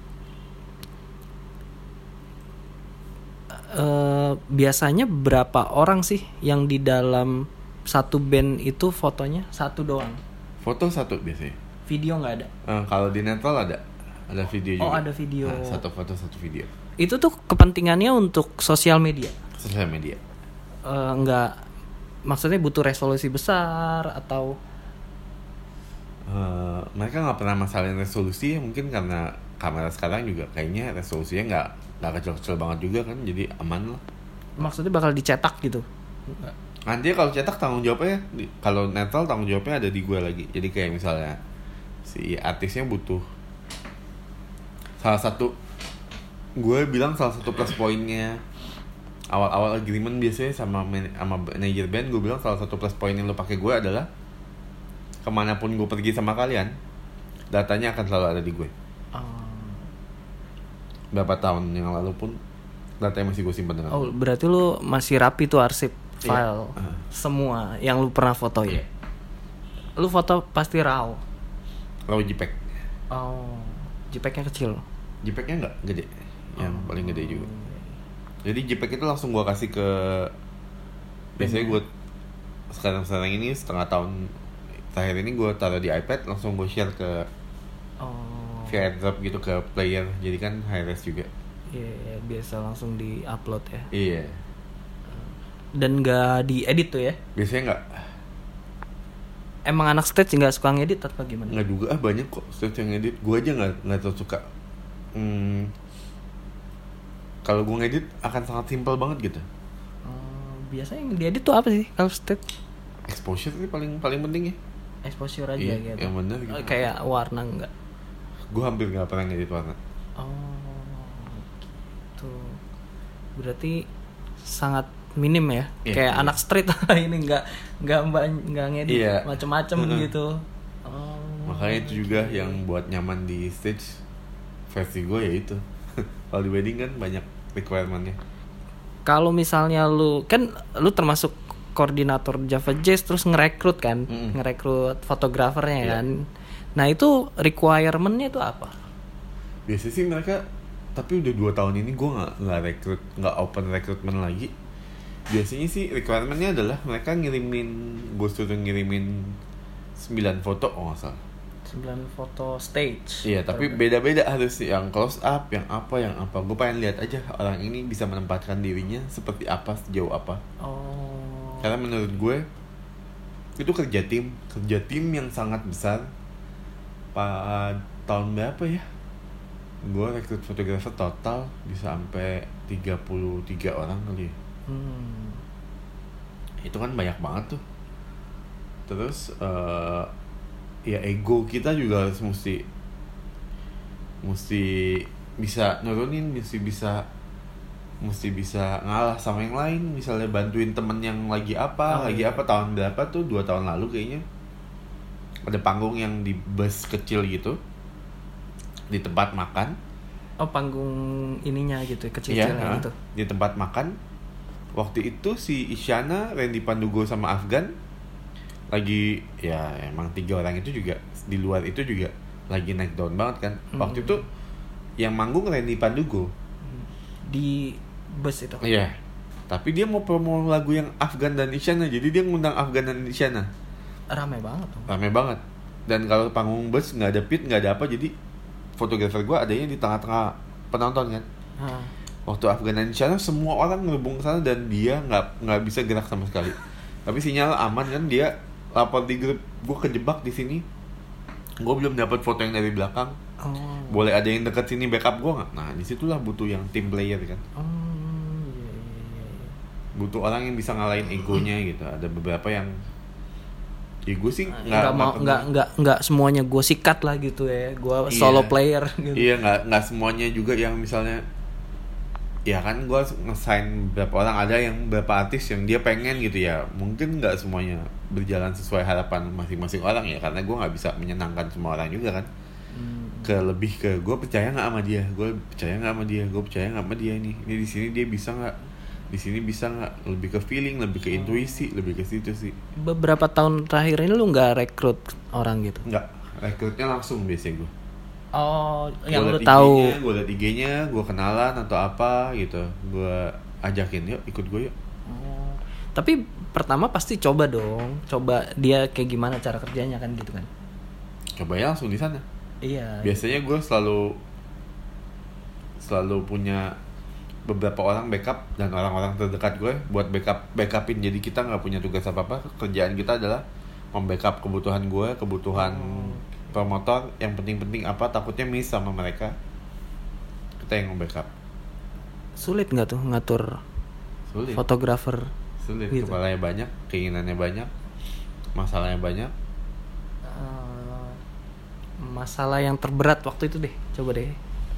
uh, biasanya berapa orang sih yang di dalam satu band itu fotonya satu doang, Foto satu biasanya. video nggak ada? Eh, kalau di netral ada, ada video juga. Oh, ada video. Nah, satu foto satu video. Itu tuh kepentingannya untuk sosial media? Sosial media. Uh, nggak, maksudnya butuh resolusi besar atau? Uh, mereka nggak pernah masalahin resolusi, mungkin karena kamera sekarang juga kayaknya resolusinya nggak nggak kecil-kecil banget juga kan, jadi aman lah. Maksudnya bakal dicetak gitu? Nanti kalau cetak tanggung jawabnya, di- kalau netral tanggung jawabnya ada di gue lagi. Jadi kayak misalnya si artisnya butuh salah satu, gue bilang salah satu plus poinnya awal-awal agreement biasanya sama man- sama manajer band, gue bilang salah satu plus poin yang lo pakai gue adalah kemanapun gue pergi sama kalian, datanya akan selalu ada di gue. Oh. Berapa tahun yang lalu pun datanya masih gue simpan dengan Oh, gue. berarti lu masih rapi tuh arsip file Iya. Uh. semua yang lu pernah fotoin. Iya. Lu foto pasti raw. Lalu JPEG, Oh, JPEG-nya kecil. JPEG-nya nggak gede, yang Oh. paling gede juga. Jadi JPEG itu langsung gue kasih ke, biasanya gue sekarang-sekarang ini setengah tahun terakhir ini gue taruh di iPad, langsung gue share ke Oh. via AirDrop gitu ke player, jadi kan high res juga. Iya, iya, biasa langsung di-upload ya. Iya, Dan gak diedit tuh ya? biasanya nggak Emang anak stage nggak suka ngedit atau gimana? nggak juga, ah banyak kok stage yang ngedit. Gue aja nggak nggak terlalu suka. Hmm, kalau gue ngedit akan sangat simpel banget gitu. Oh, biasanya yang diedit tuh apa sih kalau stage? Exposure sih paling paling penting ya. exposure aja iya, gitu. yang bener gitu. Kayak warna enggak? Gue hampir nggak pernah ngedit warna. Oh, gitu. Berarti sangat minim ya, yeah, kayak yeah. anak street ini nggak nggak mbak nggak ngedit yeah. macem-macem uh-huh. gitu. Oh, makanya itu juga yang buat nyaman di stage versi gue ya itu. Kalau di wedding kan banyak requirementnya. Kalau misalnya lu kan lu termasuk koordinator Java Jazz terus ngerekrut kan, mm-hmm. ngerekrut fotografernya yeah. kan. Nah itu requirementnya itu apa? Biasanya sih mereka, tapi udah dua tahun ini gue nggak nggak rekrut, nggak open recruitment lagi. Biasanya sih requirementnya adalah mereka ngirimin, gue suruh ngirimin sembilan foto, oh nggak salah. sembilan foto stage. Iya, tapi beda-beda harus yang close up, yang apa, yang apa. Gue pengen lihat aja orang ini bisa menempatkan dirinya seperti apa, sejauh apa. Oh. Karena menurut gue itu kerja tim, kerja tim yang sangat besar. Pada tahun berapa ya? Gue rekrut fotografer total bisa sampai tiga puluh tiga orang kali ya. Hmm. Itu kan banyak banget tuh. Terus uh, ya ego kita juga harus mesti mesti bisa nurunin, mesti bisa mesti bisa ngalah sama yang lain. Misalnya bantuin temen yang lagi apa, oh, lagi iya. apa tahun berapa tuh, dua tahun lalu kayaknya ada panggung yang di bus kecil gitu di tempat makan. Oh, panggung ininya gitu, kecil-kecilnya ya, gitu. Di tempat makan. Waktu itu si Isyana, Randy Pandugo sama Afgan lagi, ya emang tiga orang itu juga di luar itu juga lagi naik daun banget kan. Hmm. Waktu itu yang manggung Randy Pandugo di bus itu. Iya. Tapi dia mau promo lagu yang Afgan dan Isyana, jadi dia ngundang Afgan dan Isyana. Rame banget tuh. Rame banget. Dan kalau panggung bus nggak ada pit, nggak ada apa, jadi fotografer gue adanya di tengah-tengah penonton kan. Ha. Waktu Afgan dan Isyana semua orang ngelubung ke sana dan dia nggak nggak bisa gerak sama sekali. Tapi sinyal aman kan, dia lapor di grup, gue kejebak di sini, gue belum dapat foto yang dari belakang. Oh. Boleh ada yang dekat sini backup gue nggak? Nah disitulah butuh yang team player kan. Oh, iya, iya, iya. Butuh orang yang bisa ngalahin egonya gitu. Ada beberapa yang ya gue sih nggak nggak mau nggak nggak nggak semuanya gue sikat lah gitu ya, gue iya. solo player gitu. Iya, nggak nggak semuanya juga yang misalnya ya kan gue nge-sign beberapa orang, ada yang beberapa artis yang dia pengen gitu ya, mungkin nggak semuanya berjalan sesuai harapan masing-masing orang ya, karena gue nggak bisa menyenangkan semua orang juga kan. hmm. Ke lebih ke gue percaya nggak sama dia, gue percaya nggak sama dia, gue percaya nggak sama dia nih, ini di sini dia bisa nggak, di sini bisa nggak, lebih ke feeling, lebih ke intuisi, lebih ke situ sih. Beberapa tahun terakhir ini lu nggak rekrut orang gitu? Nggak, rekrutnya langsung biasanya gue. Oh, yang gua lu tahu. Gue liat I G-nya, gue kenalan atau apa gitu, gue ajakin yuk ikut gue yuk. Oh, tapi pertama pasti coba dong, coba dia kayak gimana cara kerjanya kan gitu kan? Coba ya langsung di sana. Iya. Biasanya gue selalu selalu punya beberapa orang backup dan orang-orang terdekat gue buat backup backupin. Jadi kita nggak punya tugas apa apa, kerjaan kita adalah membackup kebutuhan gue, kebutuhan oh. promotor, yang penting-penting apa, takutnya miss sama mereka, kita yang nge-backup. Sulit nggak tuh ngatur sulit. Fotografer? Sulit, gitu. Kepalanya banyak, keinginannya banyak, masalahnya banyak. Uh, masalah yang terberat waktu itu deh, coba deh.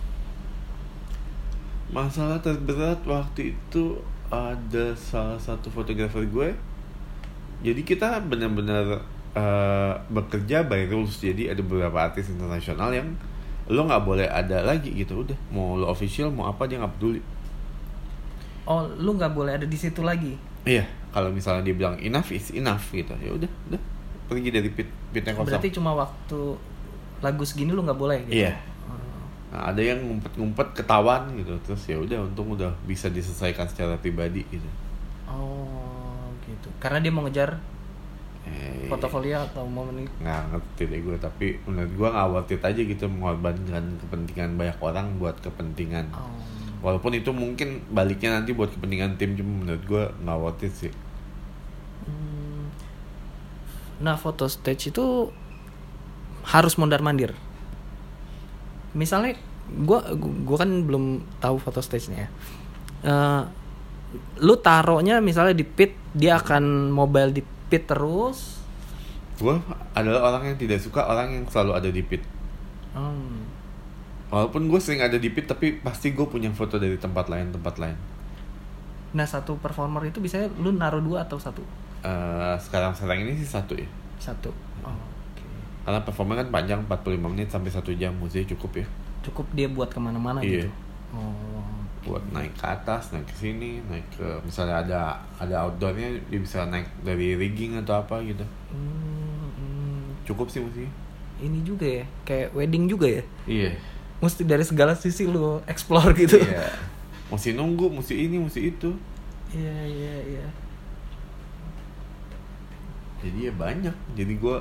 Masalah terberat waktu itu ada salah satu fotografer gue. Jadi kita benar-benar Uh, bekerja by rules. Jadi ada beberapa artis internasional yang lo nggak boleh ada lagi gitu, udah mau lo official mau apa dia nggak peduli. Oh, lo nggak boleh ada di situ lagi? Iya, kalau misalnya dia bilang enough is enough gitu, ya udah udah pergi dari pit pit yang kosong. Berarti cuma waktu lagu segini lo nggak boleh gitu? Iya. Nah, ada yang ngumpet-ngumpet ketahuan gitu, terus ya udah untung udah bisa diselesaikan secara pribadi gitu. Oh gitu, karena dia mau ngejar Eh, portofolio atau momen itu? Nggak ngerti deh gue, tapi menurut gue nggak worth it aja gitu mengorbankan kepentingan banyak orang buat kepentingan. Oh. Walaupun itu mungkin baliknya nanti buat kepentingan tim, cuma menurut gue nggak worth it sih. Hmm. Nah, foto stage itu harus mondar-mandir. Misalnya gue gue kan belum tahu foto stage-nya ya. Uh, lu taruhnya misalnya di pit, dia akan mobile di pit terus Gue adalah orang yang tidak suka orang yang selalu ada di pit. Hmm. Walaupun gue sering ada di pit, tapi pasti gue punya foto dari tempat lain tempat lain. Nah satu performer itu biasanya lu naruh dua atau satu? Uh, sekarang sekarang ini sih satu ya. Satu. Oh, oke. Okay. Karena performa kan panjang empat puluh lima menit sampai satu jam, musiknya cukup ya. Cukup dia buat kemana-mana iya. gitu. Oh. Buat naik ke atas, naik ke sini, naik ke misalnya ada ada outdoornya dia bisa naik dari rigging atau apa gitu. Hmm, hmm. Cukup sih musiknya. Ini juga ya, kayak wedding juga ya. Iya. Mesti dari segala sisi lu explore gitu. Iya. Mesti nunggu, mesti ini, mesti itu. Iya iya iya. Jadi ya banyak. Jadi gue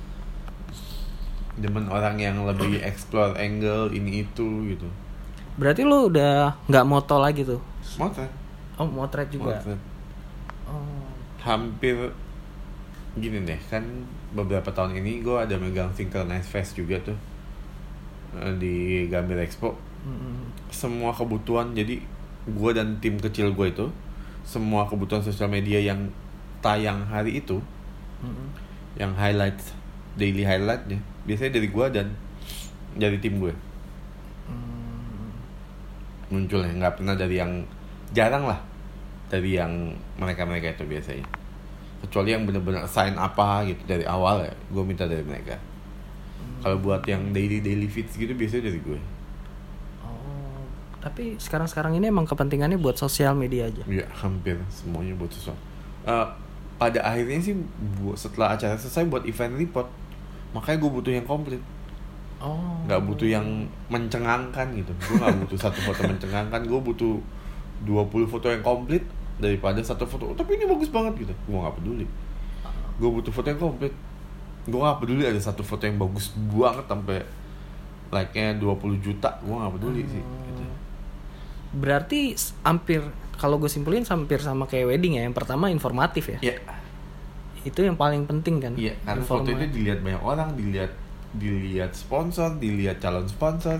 demen orang yang lebih explore angle ini itu gitu. Berarti lu udah nggak moto lagi tuh? Motret. Oh motret juga. Motret. Oh. Hampir gini deh, kan beberapa tahun ini gue ada megang Synchronize Fest juga tuh di Gambir Expo. Mm-hmm. Semua kebutuhan, jadi gue dan tim kecil gue itu semua kebutuhan sosial media yang tayang hari itu, mm-hmm. yang highlight, daily highlightnya biasanya dari gue dan dari tim gue. Mm. Munculnya nggak pernah dari yang jarang lah, dari yang mereka-mereka itu biasanya. Kecuali yang benar-benar sign apa gitu dari awal ya, gue minta dari mereka. Hmm. Kalau buat yang daily daily feeds gitu biasanya dari gue. Oh, tapi sekarang-sekarang ini emang kepentingannya buat sosial media aja. Iya, hampir semuanya buat sosial. Uh, pada akhirnya sih buat setelah acara selesai buat event report, makanya gue butuh yang komplit. Oh. Gak butuh yang mencengangkan gitu. Gue gak butuh satu foto mencengangkan, gue butuh dua puluh foto yang komplit daripada satu foto, oh, tapi ini bagus banget gitu. Gue gak peduli. Gue butuh foto yang komplit. Gue gak peduli ada satu foto yang bagus banget sampai like-nya dua puluh juta. Gue gak peduli hmm. sih gitu. Berarti hampir, kalau gue simpulin hampir sama kayak wedding ya. Yang pertama informatif ya. Iya. Itu yang paling penting kan. Iya, karena Informa- foto itu dilihat banyak orang, dilihat dilihat sponsor, dilihat calon sponsor,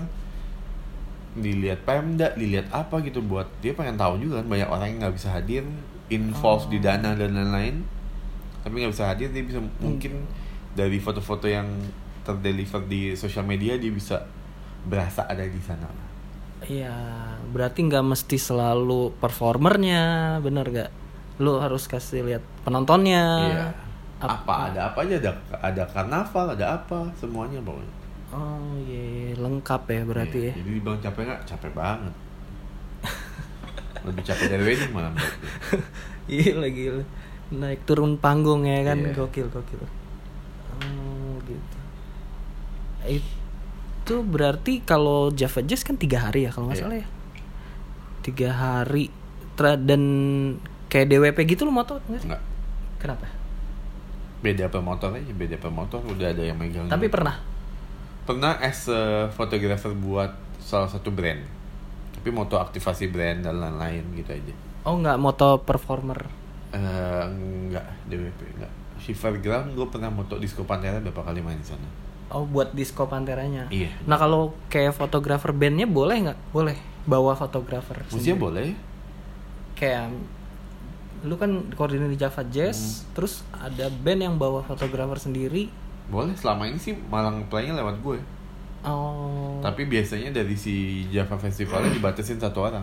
dilihat Pemda, dilihat apa gitu, buat dia pengen tahu juga kan, banyak orang yang nggak bisa hadir, involved oh. di dana dan lain-lain, tapi nggak bisa hadir, dia bisa hmm. mungkin dari foto-foto yang terdeliver di sosial media dia bisa berasa ada di sana. Iya, berarti nggak mesti selalu performernya, bener gak? Lu harus kasih lihat penontonnya. Iya. Apa, apa ada apa aja, ada ada karnaval, ada apa, semuanya pokoknya. Oh iya, lengkap ya berarti yeah, ya. Jadi dibilang capek nggak? Capek banget. Lebih capek dari wedding malah. Iya lagi naik turun panggung ya kan, yeah. gokil gokil. Oh gitu. Itu berarti kalau Java Jazz kan tiga hari ya kalau nggak yeah. salah ya. Tiga hari Tra- dan kayak D W P gitu lo moto nggak sih? Nggak. Kenapa? Beda pemotor aja, beda pemotor udah ada yang megang. Tapi juga. pernah? Pernah as a photographer buat salah satu brand. Tapi moto aktivasi brand dan lain-lain gitu aja. Oh nggak moto performer? Uh, enggak, D W P enggak. Shivergram gue pernah moto Disco Pantera berapa kali main di sana. Oh buat Disco Panteranya? Iya. Nah kalau kayak fotografer bandnya boleh nggak? Boleh bawa fotografer? Mestinya boleh. Kayak lu kan koordinir di Java Jazz, hmm. terus ada band yang bawa fotografer sendiri. Boleh, selama ini sih malah nge-play-nya lewat gue. Oh. Tapi biasanya dari si Java Festivalnya dibatasin satu orang.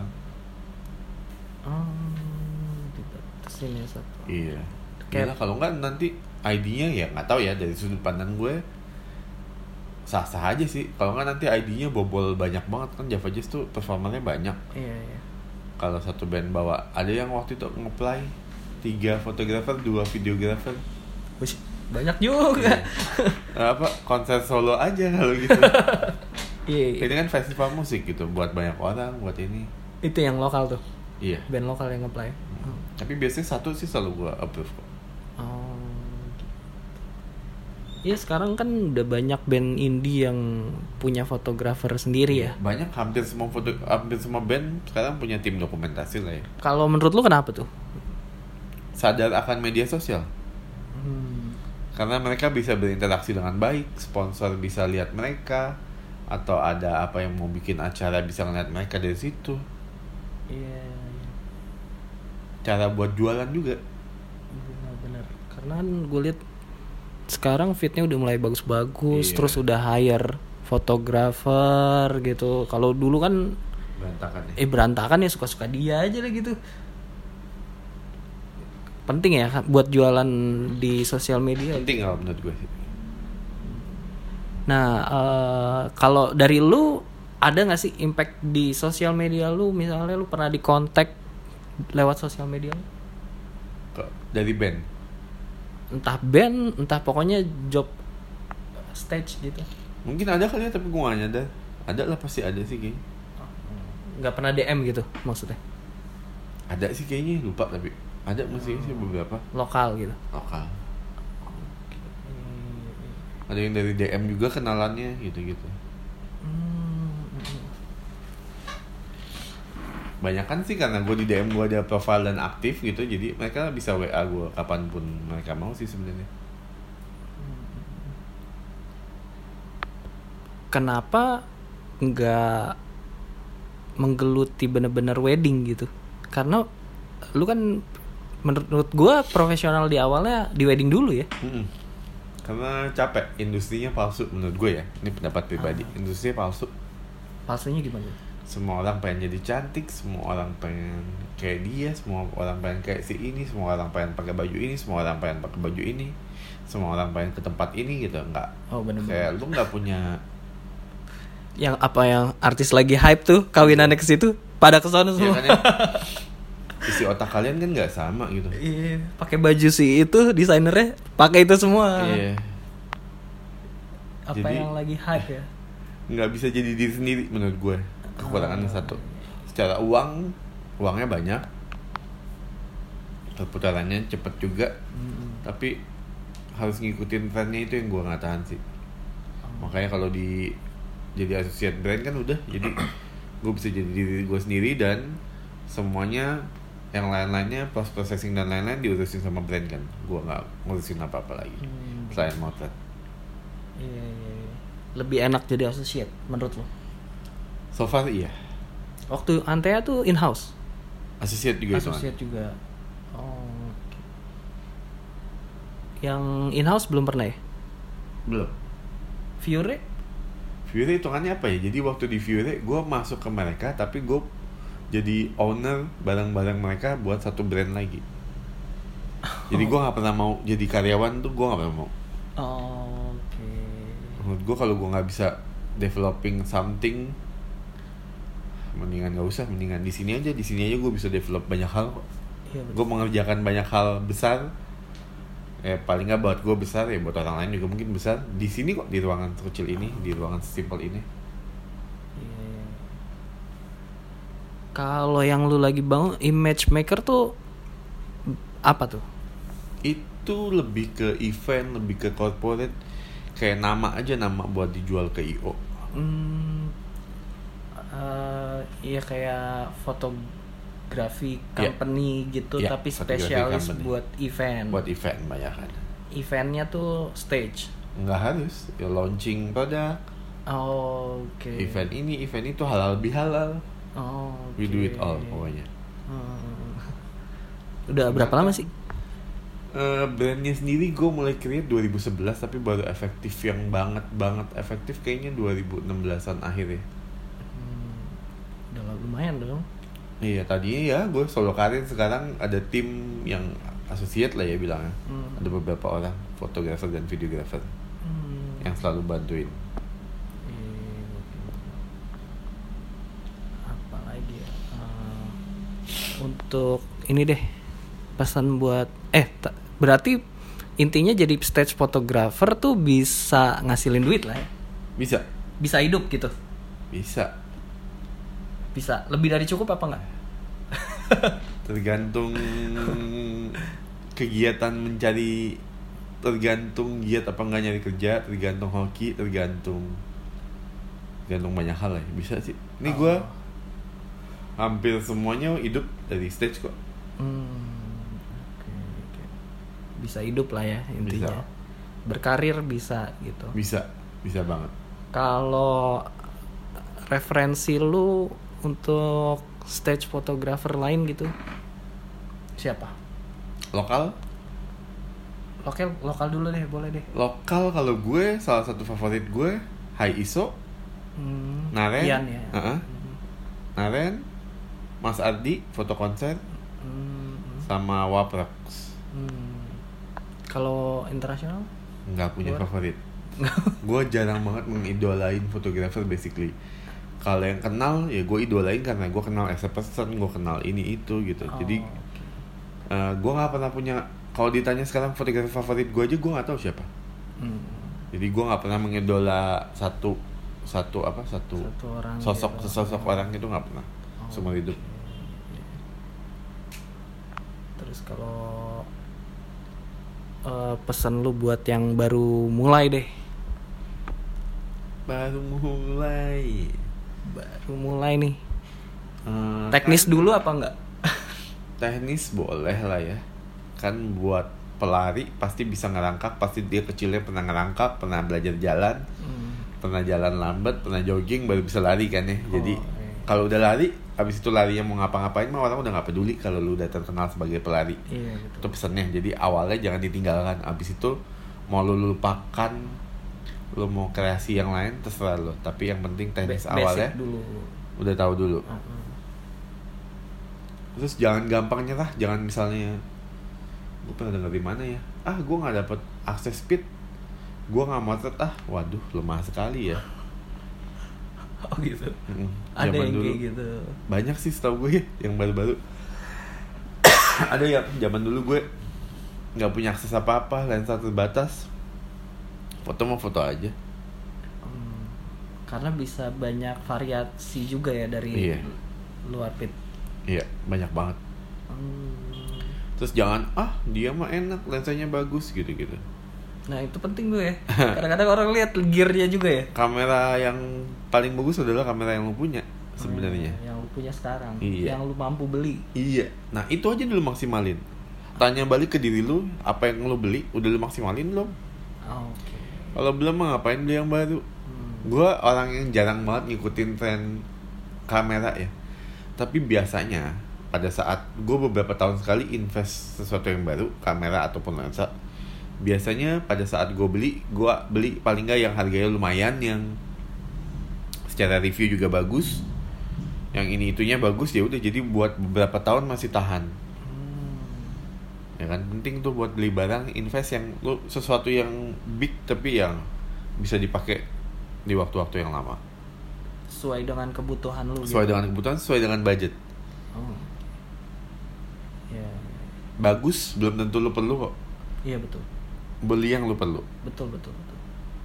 Oh, dibatasin ya satu. Iya. Kayak kalau enggak nanti I D-nya ya nggak tahu ya, dari sudut pandang gue sah-sah aja sih. Kalau enggak nanti I D-nya bobol banyak banget kan, Java Jazz tuh performanya banyak. Iya, iya. Kalau satu band bawa, ada yang waktu itu nge-play tiga fotografer, dua videografer. Wih, banyak juga. Iya. Apa konser solo aja kalau gitu. Iya. Ini kan festival musik gitu, buat banyak orang, buat ini. Itu yang lokal tuh. Iya. Band lokal yang nge-play. Hmm. Tapi biasanya satu sih selalu gua approve kok. Oh. Iya sekarang kan udah banyak band indie yang punya fotografer sendiri ya. Banyak, hampir semua foto, hampir semua band sekarang punya tim dokumentasi lah ya. Kalau menurut lu kenapa tuh? Sadar akan media sosial. Hmm. Karena mereka bisa berinteraksi dengan baik, sponsor bisa lihat mereka, atau ada apa yang mau bikin acara bisa ngeliat mereka dari situ. Iya. Cara buat jualan juga. Benar-benar. Karena kan gue lihat sekarang fitnya udah mulai bagus-bagus, Iya. terus udah hire fotografer gitu. Kalau dulu kan Berantakan ya. eh berantakan ya suka-suka dia aja lah gitu. Penting ya buat jualan di sosial media. Penting kalau menurut gue sih. Nah, eh, kalau dari lu ada nggak sih impact di sosial media lu? Misalnya lu pernah dikontak lewat sosial media lu? Kok dari band? Entah band, entah pokoknya job stage gitu. Mungkin ada kali ya, tapi gue gak nyadar. Ada lah, pasti ada sih kayaknya. Nggak pernah D M gitu maksudnya? Ada sih kayaknya, lupa tapi ada masih sih beberapa Lokal gitu. lokal. Ada yang dari D M juga kenalannya gitu-gitu. Banyakan sih karena gue di D M gue ada profile dan aktif gitu, jadi mereka bisa W A gue kapanpun mereka mau sih sebenarnya. Kenapa nggak menggeluti bener-bener wedding gitu? Karena lu kan menurut gua profesional di awalnya di wedding dulu ya. Mm-mm. Karena capek, industrinya palsu menurut gue ya. Ini pendapat pribadi, Ah. industrinya palsu. Palsunya gimana? Semua orang pengen jadi cantik, semua orang pengen kayak dia, semua orang pengen kayak si ini, semua orang pengen pakai baju ini, semua orang pengen pakai baju ini, semua orang pengen ke tempat ini gitu. Enggak. Oh bener-bener. Kayak lu nggak punya. Yang apa yang artis lagi hype tuh kawinannya ke situ pada kesana Ya semua. kan ya? Isi otak kalian kan nggak sama gitu. Iya, pakai baju si itu desainernya pakai itu semua. Iya. Apa Jadi- yang lagi hype ya? Nggak bisa jadi diri sendiri menurut gue. Kekurangannya satu. Secara uang, uangnya banyak. Perputarannya cepet juga. Tapi harus ngikutin trennya, itu yang gue nggak tahan sih. Makanya kalau di jadi associate brand kan udah, jadi gue bisa jadi diri gue sendiri dan semuanya yang lain-lainnya post processing dan lain-lain diurusin sama brand kan. Gue nggak ngurusin apa-apa lagi Hmm. selain motret. Iya, iya, iya. Lebih enak jadi associate menurut lo? So far iya. Waktu Antea tuh in house. Associate juga itu. Associate juga. Oh. Oke. Yang in house belum pernah ya? Belum. Fiore? Fiore hitungannya apa ya? Jadi waktu di Fiore gue masuk ke mereka, tapi gue jadi owner barang-barang mereka buat satu brand lagi. Jadi gue nggak pernah mau jadi karyawan tuh, gue nggak pernah mau. Oh, oke. Menurut gue kalau gue nggak bisa developing something, mendingan nggak usah, mendingan di sini aja. Di sini aja gue bisa develop banyak hal kok. Iya, betul. Gue mengerjakan banyak hal besar. Eh paling nggak buat gue besar ya, buat orang lain juga mungkin besar. Di sini kok, di ruangan kecil ini, di ruangan simple ini. Iya, iya. Kalau yang lu lagi bangun image maker tuh apa tuh? Itu lebih ke event, lebih ke corporate, kayak nama aja, nama buat dijual ke I O. Hmm, eh, iya kayak fotografi Iya. company gitu, Iya, tapi fotografi spesialis company. buat event. Buat event banyak kan. Eventnya tuh stage. Nggak harus, ya launching produk, Oh, oke. event ini, event itu, halal bihalal. Oh, oke. We do it all pokoknya. Hmm. Udah berapa lama sih? Eh, brandnya sendiri gue mulai create dua ribu sebelas, tapi baru efektif yang banget banget efektif kayaknya dua ribu enam belasan akhir ya. Hmm, udah lumayan dong. Iya, tadinya ya gue solo karir, sekarang ada tim yang associate lah ya bilangnya. Hmm. Ada beberapa orang, fotografer dan videografer Hmm. yang selalu bantuin. Iya, oke. Apa lagi ya? Eh, untuk ini deh, pesan buat eh ta- berarti intinya jadi stage photographer tuh bisa ngasilin duit lah ya, Bisa, bisa hidup gitu, bisa. bisa lebih dari cukup apa enggak? Tergantung kegiatan mencari, tergantung giat apa nggak nyari kerja, tergantung hoki, tergantung tergantung banyak hal lah ya. Bisa sih. Ini gue Oh. hampir semuanya hidup dari stage kok. Hmm, oke, oke. Bisa hidup lah ya intinya. Bisa. Berkarir bisa gitu. Bisa, bisa banget. Kalau referensi lu untuk stage photographer lain gitu siapa? Lokal, lokal lokal dulu deh, boleh deh. Lokal kalau gue salah satu favorit gue High Iso, Hmm. Naren, Ian ya. uh-uh. Naren, Mas Ardi foto konser, Hmm. sama Waprox. Hmm. Kalau internasional? Nggak punya Luar? favorit. Gue jarang banget mengidolain fotografer basically. Kalau yang kenal ya gue idolain karena gue kenal as a person, gue kenal ini itu gitu. Oh, Jadi okay. uh, gue nggak pernah punya. Kalau ditanya sekarang fotografer favorit gue aja gue nggak tahu siapa. Hmm. Jadi gue nggak pernah mengidola satu satu apa satu, Satu orang sosok gitu. sesosok orang itu nggak pernah Oh, seumur hidup. okay. Terus kalau uh, pesan lu buat yang baru mulai deh. Baru mulai. Baru mulai nih. Uh, Teknis kan, dulu apa enggak? teknis boleh lah ya. Kan buat pelari pasti bisa ngerangkak, pasti dia kecilnya pernah ngerangkak, pernah belajar jalan, Hmm. pernah jalan lambat, pernah jogging, baru bisa lari kan ya. Jadi Oh, iya. kalau udah lari, abis itu larinya mau ngapa-ngapain mah orang udah nggak peduli kalau lu udah terkenal sebagai pelari. Iya gitu. Itu pesannya. Jadi awalnya jangan ditinggalkan. Abis itu mau lu lupakan, lu mau kreasi yang lain terserah lu. Tapi yang penting teknis Ba- awalnya basic dulu. udah tahu dulu. Uh-uh. Terus jangan gampang nyerah. Jangan misalnya gue pernah denger di mana ya, ah gue nggak dapet akses speed, gue nggak motret, ah waduh lemah sekali ya. Oh gitu. Mm, Ada zaman yang dulu kayak gitu. banyak sih setahu gue ya, yang baru-baru. Ada yang zaman dulu gue nggak punya akses apa-apa, lensa terbatas, foto mau foto aja. Hmm. Karena bisa banyak variasi juga ya dari Iya. luar pit. Iya banyak banget. Hmm. Terus jangan ah dia mah enak, lensanya bagus gitu-gitu. Nah itu penting tuh ya. Kadang-kadang orang lihat gearnya juga ya. Kamera yang paling bagus adalah kamera yang lu punya sebenarnya. Hmm, yang lu punya sekarang, Iya. yang lu mampu beli. Iya. Nah itu aja dulu maksimalin. Tanya balik ke diri lu, apa yang lu beli udah lu maksimalin belum? Oh, Oke. Kalau belum mah ngapain beli yang baru? Hmm. Gue orang yang jarang banget ngikutin tren kamera ya. Tapi biasanya pada saat gue beberapa tahun sekali invest sesuatu yang baru, kamera ataupun lensa, biasanya pada saat gue beli, gue beli paling nggak yang harganya lumayan, yang secara review juga bagus, yang ini itunya bagus, ya udah jadi buat beberapa tahun masih tahan. Hmm. Ya kan penting tuh buat beli barang, invest yang lu sesuatu yang big tapi yang bisa dipakai di waktu-waktu yang lama, Sesuai dengan kebutuhan lu. sesuai gitu. dengan kebutuhan, sesuai dengan budget. Oh. Ya. Bagus belum tentu lu perlu kok. Iya betul. Beli yang lu perlu. Betul betul betul.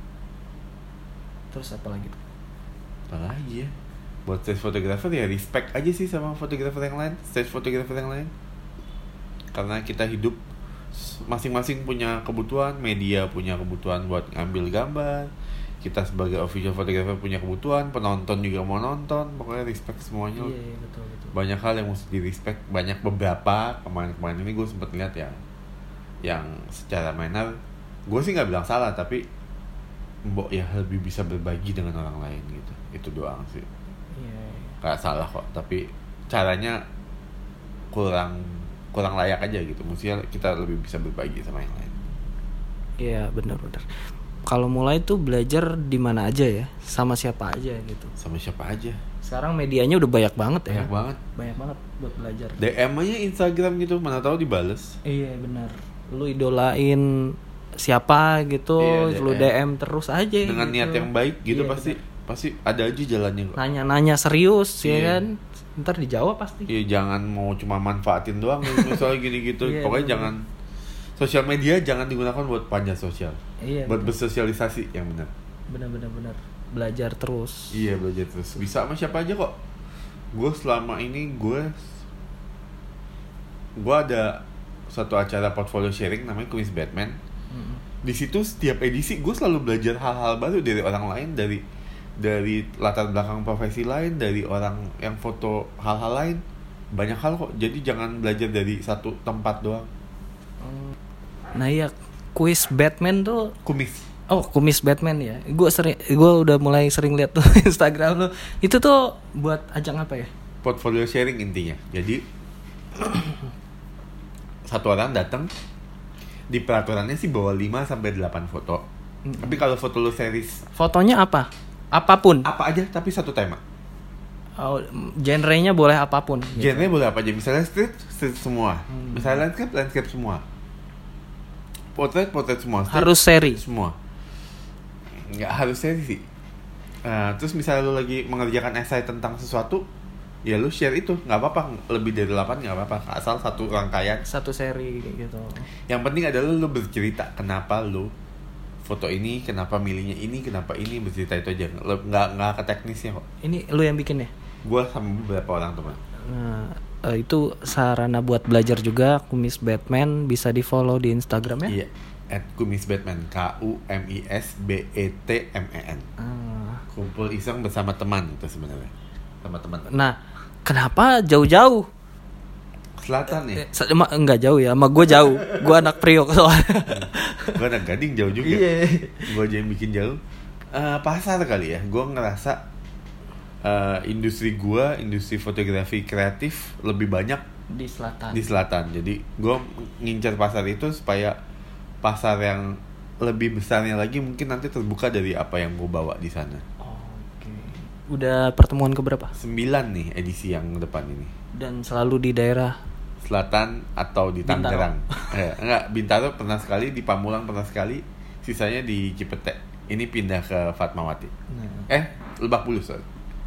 Terus apa lagi? Apa lagi ya? Buat stage photographer ya respect aja sih sama fotografer yang lain, stage photographer yang lain. Karena kita hidup masing-masing punya kebutuhan, media punya kebutuhan buat ngambil gambar, kita sebagai official photographer punya kebutuhan, penonton juga mau nonton, pokoknya respect semuanya. Iya, iya betul betul. Banyak hal yang mesti di respect, banyak beberapa kemarin-kemarin ini gue sempet lihat yang yang secara minor, gue sih nggak bilang salah, tapi mbok ya lebih bisa berbagi dengan orang lain gitu, itu doang sih. Iya. Nggak salah kok, tapi caranya kurang kurang layak aja gitu, mestinya kita lebih bisa berbagi sama yang lain. Iya benar-benar. Kalau mulai tuh belajar di mana aja ya, sama siapa aja gitu. Sama siapa aja. Sekarang medianya udah banyak banget ya. Banyak banget. Banyak banget buat belajar. D M aja Instagram gitu, mana tahu dibales. Iya benar. Lu idolain siapa gitu, Iya, lu D M terus aja. Dengan gitu. niat yang baik gitu, Iya, pasti benar. pasti ada aja jalannya kok. Nanya-nanya serius Iya. ya kan. Ntar dijawab pasti. Iya, jangan mau cuma manfaatin doang gitu, misalnya gini-gitu. Iya, Pokoknya bener. jangan, sosial media jangan digunakan buat panjat sosial. Iya. Buat benar. bersosialisasi yang benar. Benar-benar benar. Belajar terus. Iya, belajar terus. Bisa sama siapa aja kok. Gue selama ini gue gue ada satu acara portfolio sharing namanya Kumis Batman. Mm-mm. Di situ setiap edisi gue selalu belajar hal-hal baru dari orang lain, dari dari latar belakang profesi lain, dari orang yang foto hal-hal lain. Banyak hal kok. Jadi jangan belajar dari satu tempat doang. Nah iya, kuis Batman tuh. Kumis. Oh, kumis Batman ya. Gue sering, gue udah mulai sering lihat tuh Instagram lu. Itu tuh buat ajang apa ya? Portfolio sharing intinya. Jadi satu orang datang, Di peraturannya sih bawa lima sampai delapan foto. Hmm. Tapi kalau foto lu series, fotonya apa? Apapun. Apa aja tapi satu tema. Oh, genre-nya boleh apapun. Genre gitu. Boleh apa aja. Misalnya street, street semua. Hmm. Misalnya landscape, landscape semua. Potret, potret semua. Street, harus seri semua. Nggak harus seri sih. Uh, terus misalnya lu lagi mengerjakan esai tentang sesuatu, ya lu share itu, nggak apa-apa. Lebih dari delapan nggak apa-apa. Asal satu rangkaian. Satu seri gitu. Yang penting adalah lu bercerita kenapa lu foto ini, kenapa milihnya ini, kenapa ini, bercerita itu aja. Nggak nggak ke teknisnya kok. Ini lu yang bikin ya? Gua sama beberapa orang teman. Nah, uh, itu sarana buat belajar juga. Kumis Batman bisa di follow di Instagramnya. Iya, at Kumis Batman, K U M I S B E T M E N. Ah. Kumpul iseng bersama teman itu sebenarnya, sama teman. Nah, kenapa jauh-jauh? Selatan ya? Eh, emang enggak jauh ya, sama gue jauh. Gue anak Priok soalnya. Gue anak Gading jauh juga. Iya. Gue aja yang bikin jauh. Uh, pasar kali ya. Gue ngerasa uh, industri gue, industri fotografi kreatif lebih banyak di selatan. Di selatan. Jadi gue ngincar pasar itu supaya pasar yang lebih besarnya lagi mungkin nanti terbuka dari apa yang gue bawa di sana. Oke. Udah pertemuan keberapa? Sembilan nih edisi yang depan ini. Dan selalu di daerah selatan atau di Tangerang. Eh, enggak, Bintaro pernah sekali, di Pamulang pernah sekali, sisanya di Cipete. Ini pindah ke Fatmawati. Nah. Eh, Lebak Bulus. Sorry.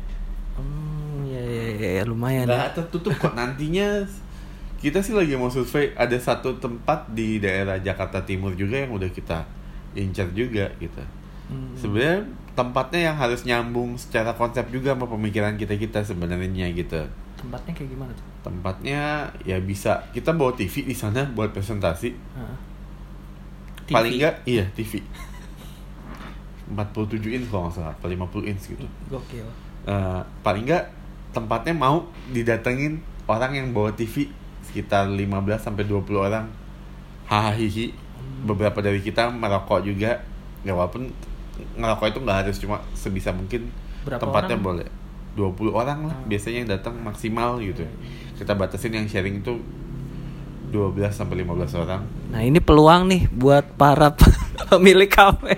Hmm, ya, ya, ya, ya lumayan. Nggak tertutup kok. Nantinya kita sih lagi mau survei, ada satu tempat di daerah Jakarta Timur juga yang udah kita incar juga gitu. Hmm. Sebenarnya tempatnya yang harus nyambung secara konsep juga sama pemikiran kita-kita sebenarnya gitu. Tempatnya kayak gimana tuh? Tempatnya ya bisa kita bawa T V di sana buat presentasi. Uh, Paling enggak iya T V. empat puluh tujuh inch kalau nggak salah, atau lima puluh inch gitu. Gokil. Uh, paling enggak tempatnya mau didatengin orang yang bawa T V sekitar lima belas sampai dua puluh orang. Hahaha. Hmm. Beberapa dari kita merokok juga. Ya walaupun ngerokok itu nggak harus cuma sebisa mungkin. Berapa tempatnya orang? Boleh dua puluh orang lah, hmm. biasanya yang datang maksimal gitu. Hmm. Kita batasin yang sharing itu dua belas sampai lima belas orang. Nah, ini peluang nih buat para pemilik kafe.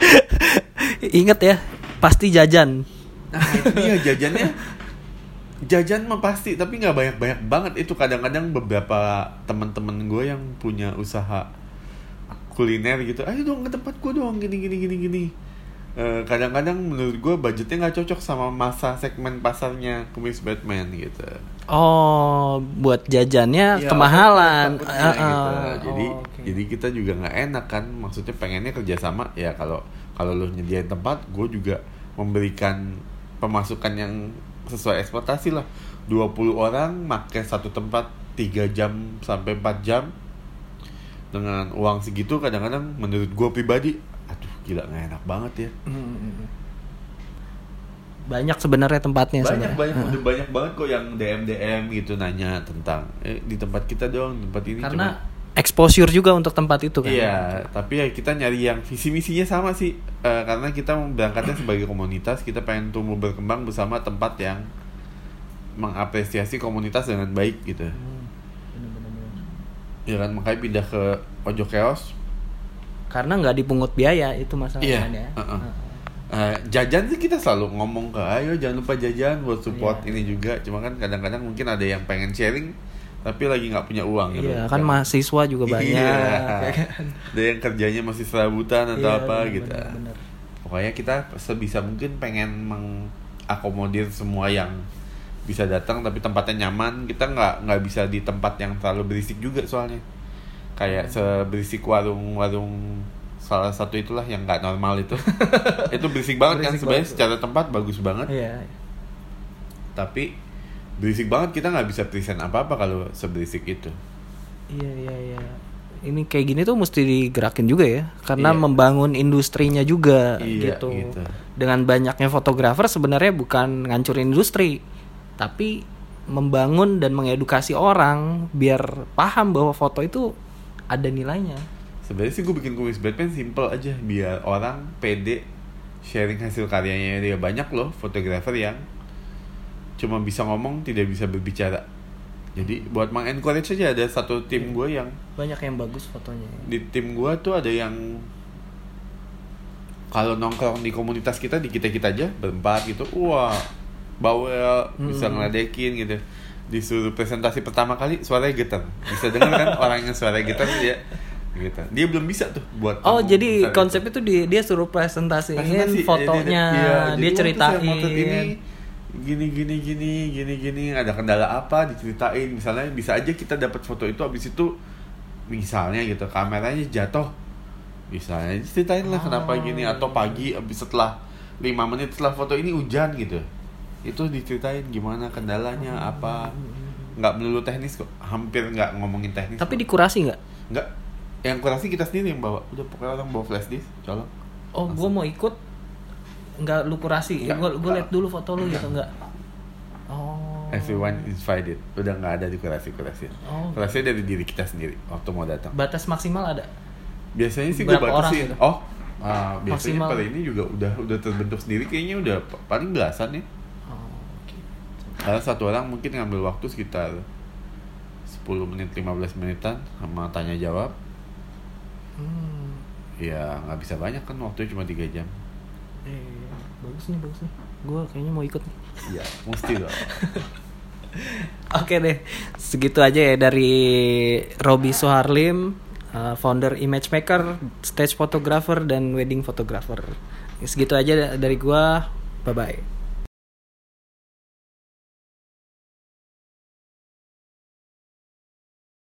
Ingat ya, pasti jajan. Nah, itu dia jajannya. Jajan mah pasti, tapi nggak banyak-banyak banget. Itu kadang-kadang beberapa teman-teman gue yang punya usaha kuliner gitu, ayo dong ke tempat gue dong, gini gini gini gini. Uh, kadang-kadang menurut gue budgetnya nggak cocok sama masa segmen pasarnya Kumis Batman gitu. Oh, buat jajannya ya, kemahalan. Uh, uh, gitu. Jadi oh, okay. jadi kita juga nggak enak kan, maksudnya pengennya kerjasama ya. Kalau kalau lu nyediain tempat, gue juga memberikan pemasukan yang sesuai ekspektasi lah. dua puluh orang pakai satu tempat tiga jam sampai empat jam dengan uang segitu, kadang-kadang menurut gue pribadi, aduh gila nggak enak banget ya. Banyak sebenarnya tempatnya. Banyak sebenarnya. banyak udah banyak banget kok yang D M D M gitu nanya tentang eh di tempat kita dong, tempat ini. Karena cuma exposure juga untuk tempat itu kan. Iya, tapi ya kita nyari yang visi misinya sama sih. Uh, karena kita berangkatnya sebagai komunitas, kita pengen tumbuh berkembang bersama tempat yang mengapresiasi komunitas dengan baik gitu. Hmm. Ya kan, makanya pindah ke pojok keos. Karena nggak dipungut biaya, itu masalahnya. Iya. Uh-uh. Uh-uh. Uh, jajan sih kita selalu ngomong ke, ayo jangan lupa jajan buat support yeah. Ini juga. Cuma kan kadang-kadang mungkin ada yang pengen sharing tapi lagi nggak punya uang gitu. Iya, kan mahasiswa juga banyak. Iya. Ada yang kerjanya masih serabutan atau iya, apa bener, gitu. Bener, bener. Pokoknya kita sebisa mungkin pengen mengakomodir semua yang bisa datang tapi tempatnya nyaman. Kita nggak nggak bisa di tempat yang terlalu berisik juga soalnya. Kayak seberisik warung-warung salah satu itulah yang nggak normal itu. Itu berisik banget berisik kan sebenarnya secara tempat bagus banget. Iya. Tapi berisik banget, kita nggak bisa present apa-apa kalau seberisik itu. Iya iya iya. Ini kayak gini tuh mesti digerakin juga ya, karena iya. Membangun industrinya juga iya, gitu. gitu. Dengan banyaknya fotografer sebenarnya bukan ngancurin industri, tapi membangun dan mengedukasi orang biar paham bahwa foto itu ada nilainya. Sebenarnya sih gue bikin Kumis Batman simple aja, biar orang pede sharing hasil karyanya dia. Banyak loh fotografer yang cuma bisa ngomong tidak bisa berbicara. Jadi buat mengencourage aja, ada satu tim gue yang banyak yang bagus fotonya. Di tim gue tuh ada yang kalau nongkrong di komunitas kita, di kita-kita aja berempat gitu, wah bawel, hmm. bisa ngeledekin gitu. Disuruh presentasi pertama kali suaranya getar, bisa dengar kan orang yang suaranya getar dia gitu. Dia belum bisa tuh buat. Oh jadi konsepnya tuh dia, dia suruh presentasiin Presentasi, fotonya, dia, dia, dia, dia ceritain. Ini gini gini gini gini gini ada kendala apa diceritain, misalnya bisa aja kita dapat foto itu, habis itu misalnya gitu kameranya jatuh, misalnya ceritain lah oh. kenapa gini, atau pagi habis setelah lima menit setelah foto ini hujan gitu, itu diceritain gimana kendalanya apa. Nggak melulu teknis kok, hampir nggak ngomongin teknis. Tapi kok. Dikurasi nggak? Nggak, yang kurasi kita sendiri yang bawa. Udah pokoknya orang bawa flash disk, colok. Oh, gue mau ikut, nggak lu kurasi? Gue gue lihat dulu foto lu gitu nggak? Oh. Everyone invited, udah nggak ada di kurasi kurasi. Oh. Kurasi dari diri kita sendiri waktu mau datang. Batas maksimal ada? Biasanya sih gue batasin. Gitu? Oh, uh, biasanya maksimal. pada ini juga udah udah terbentuk sendiri, kayaknya udah paling belasan ya. Oh, okay. Karena satu orang mungkin ngambil waktu sekitar sepuluh menit lima belas menitan sama tanya jawab. Hmm. Ya nggak bisa banyak kan, waktunya cuma tiga jam. Eh, bagus nih bagus nih. Gue kayaknya mau ikut nih. Iya, mesti dong. Oke deh, segitu aja ya dari Robby Suharlim, uh, founder Image Maker, stage photographer dan wedding photographer. Segitu aja dari gue. Bye bye.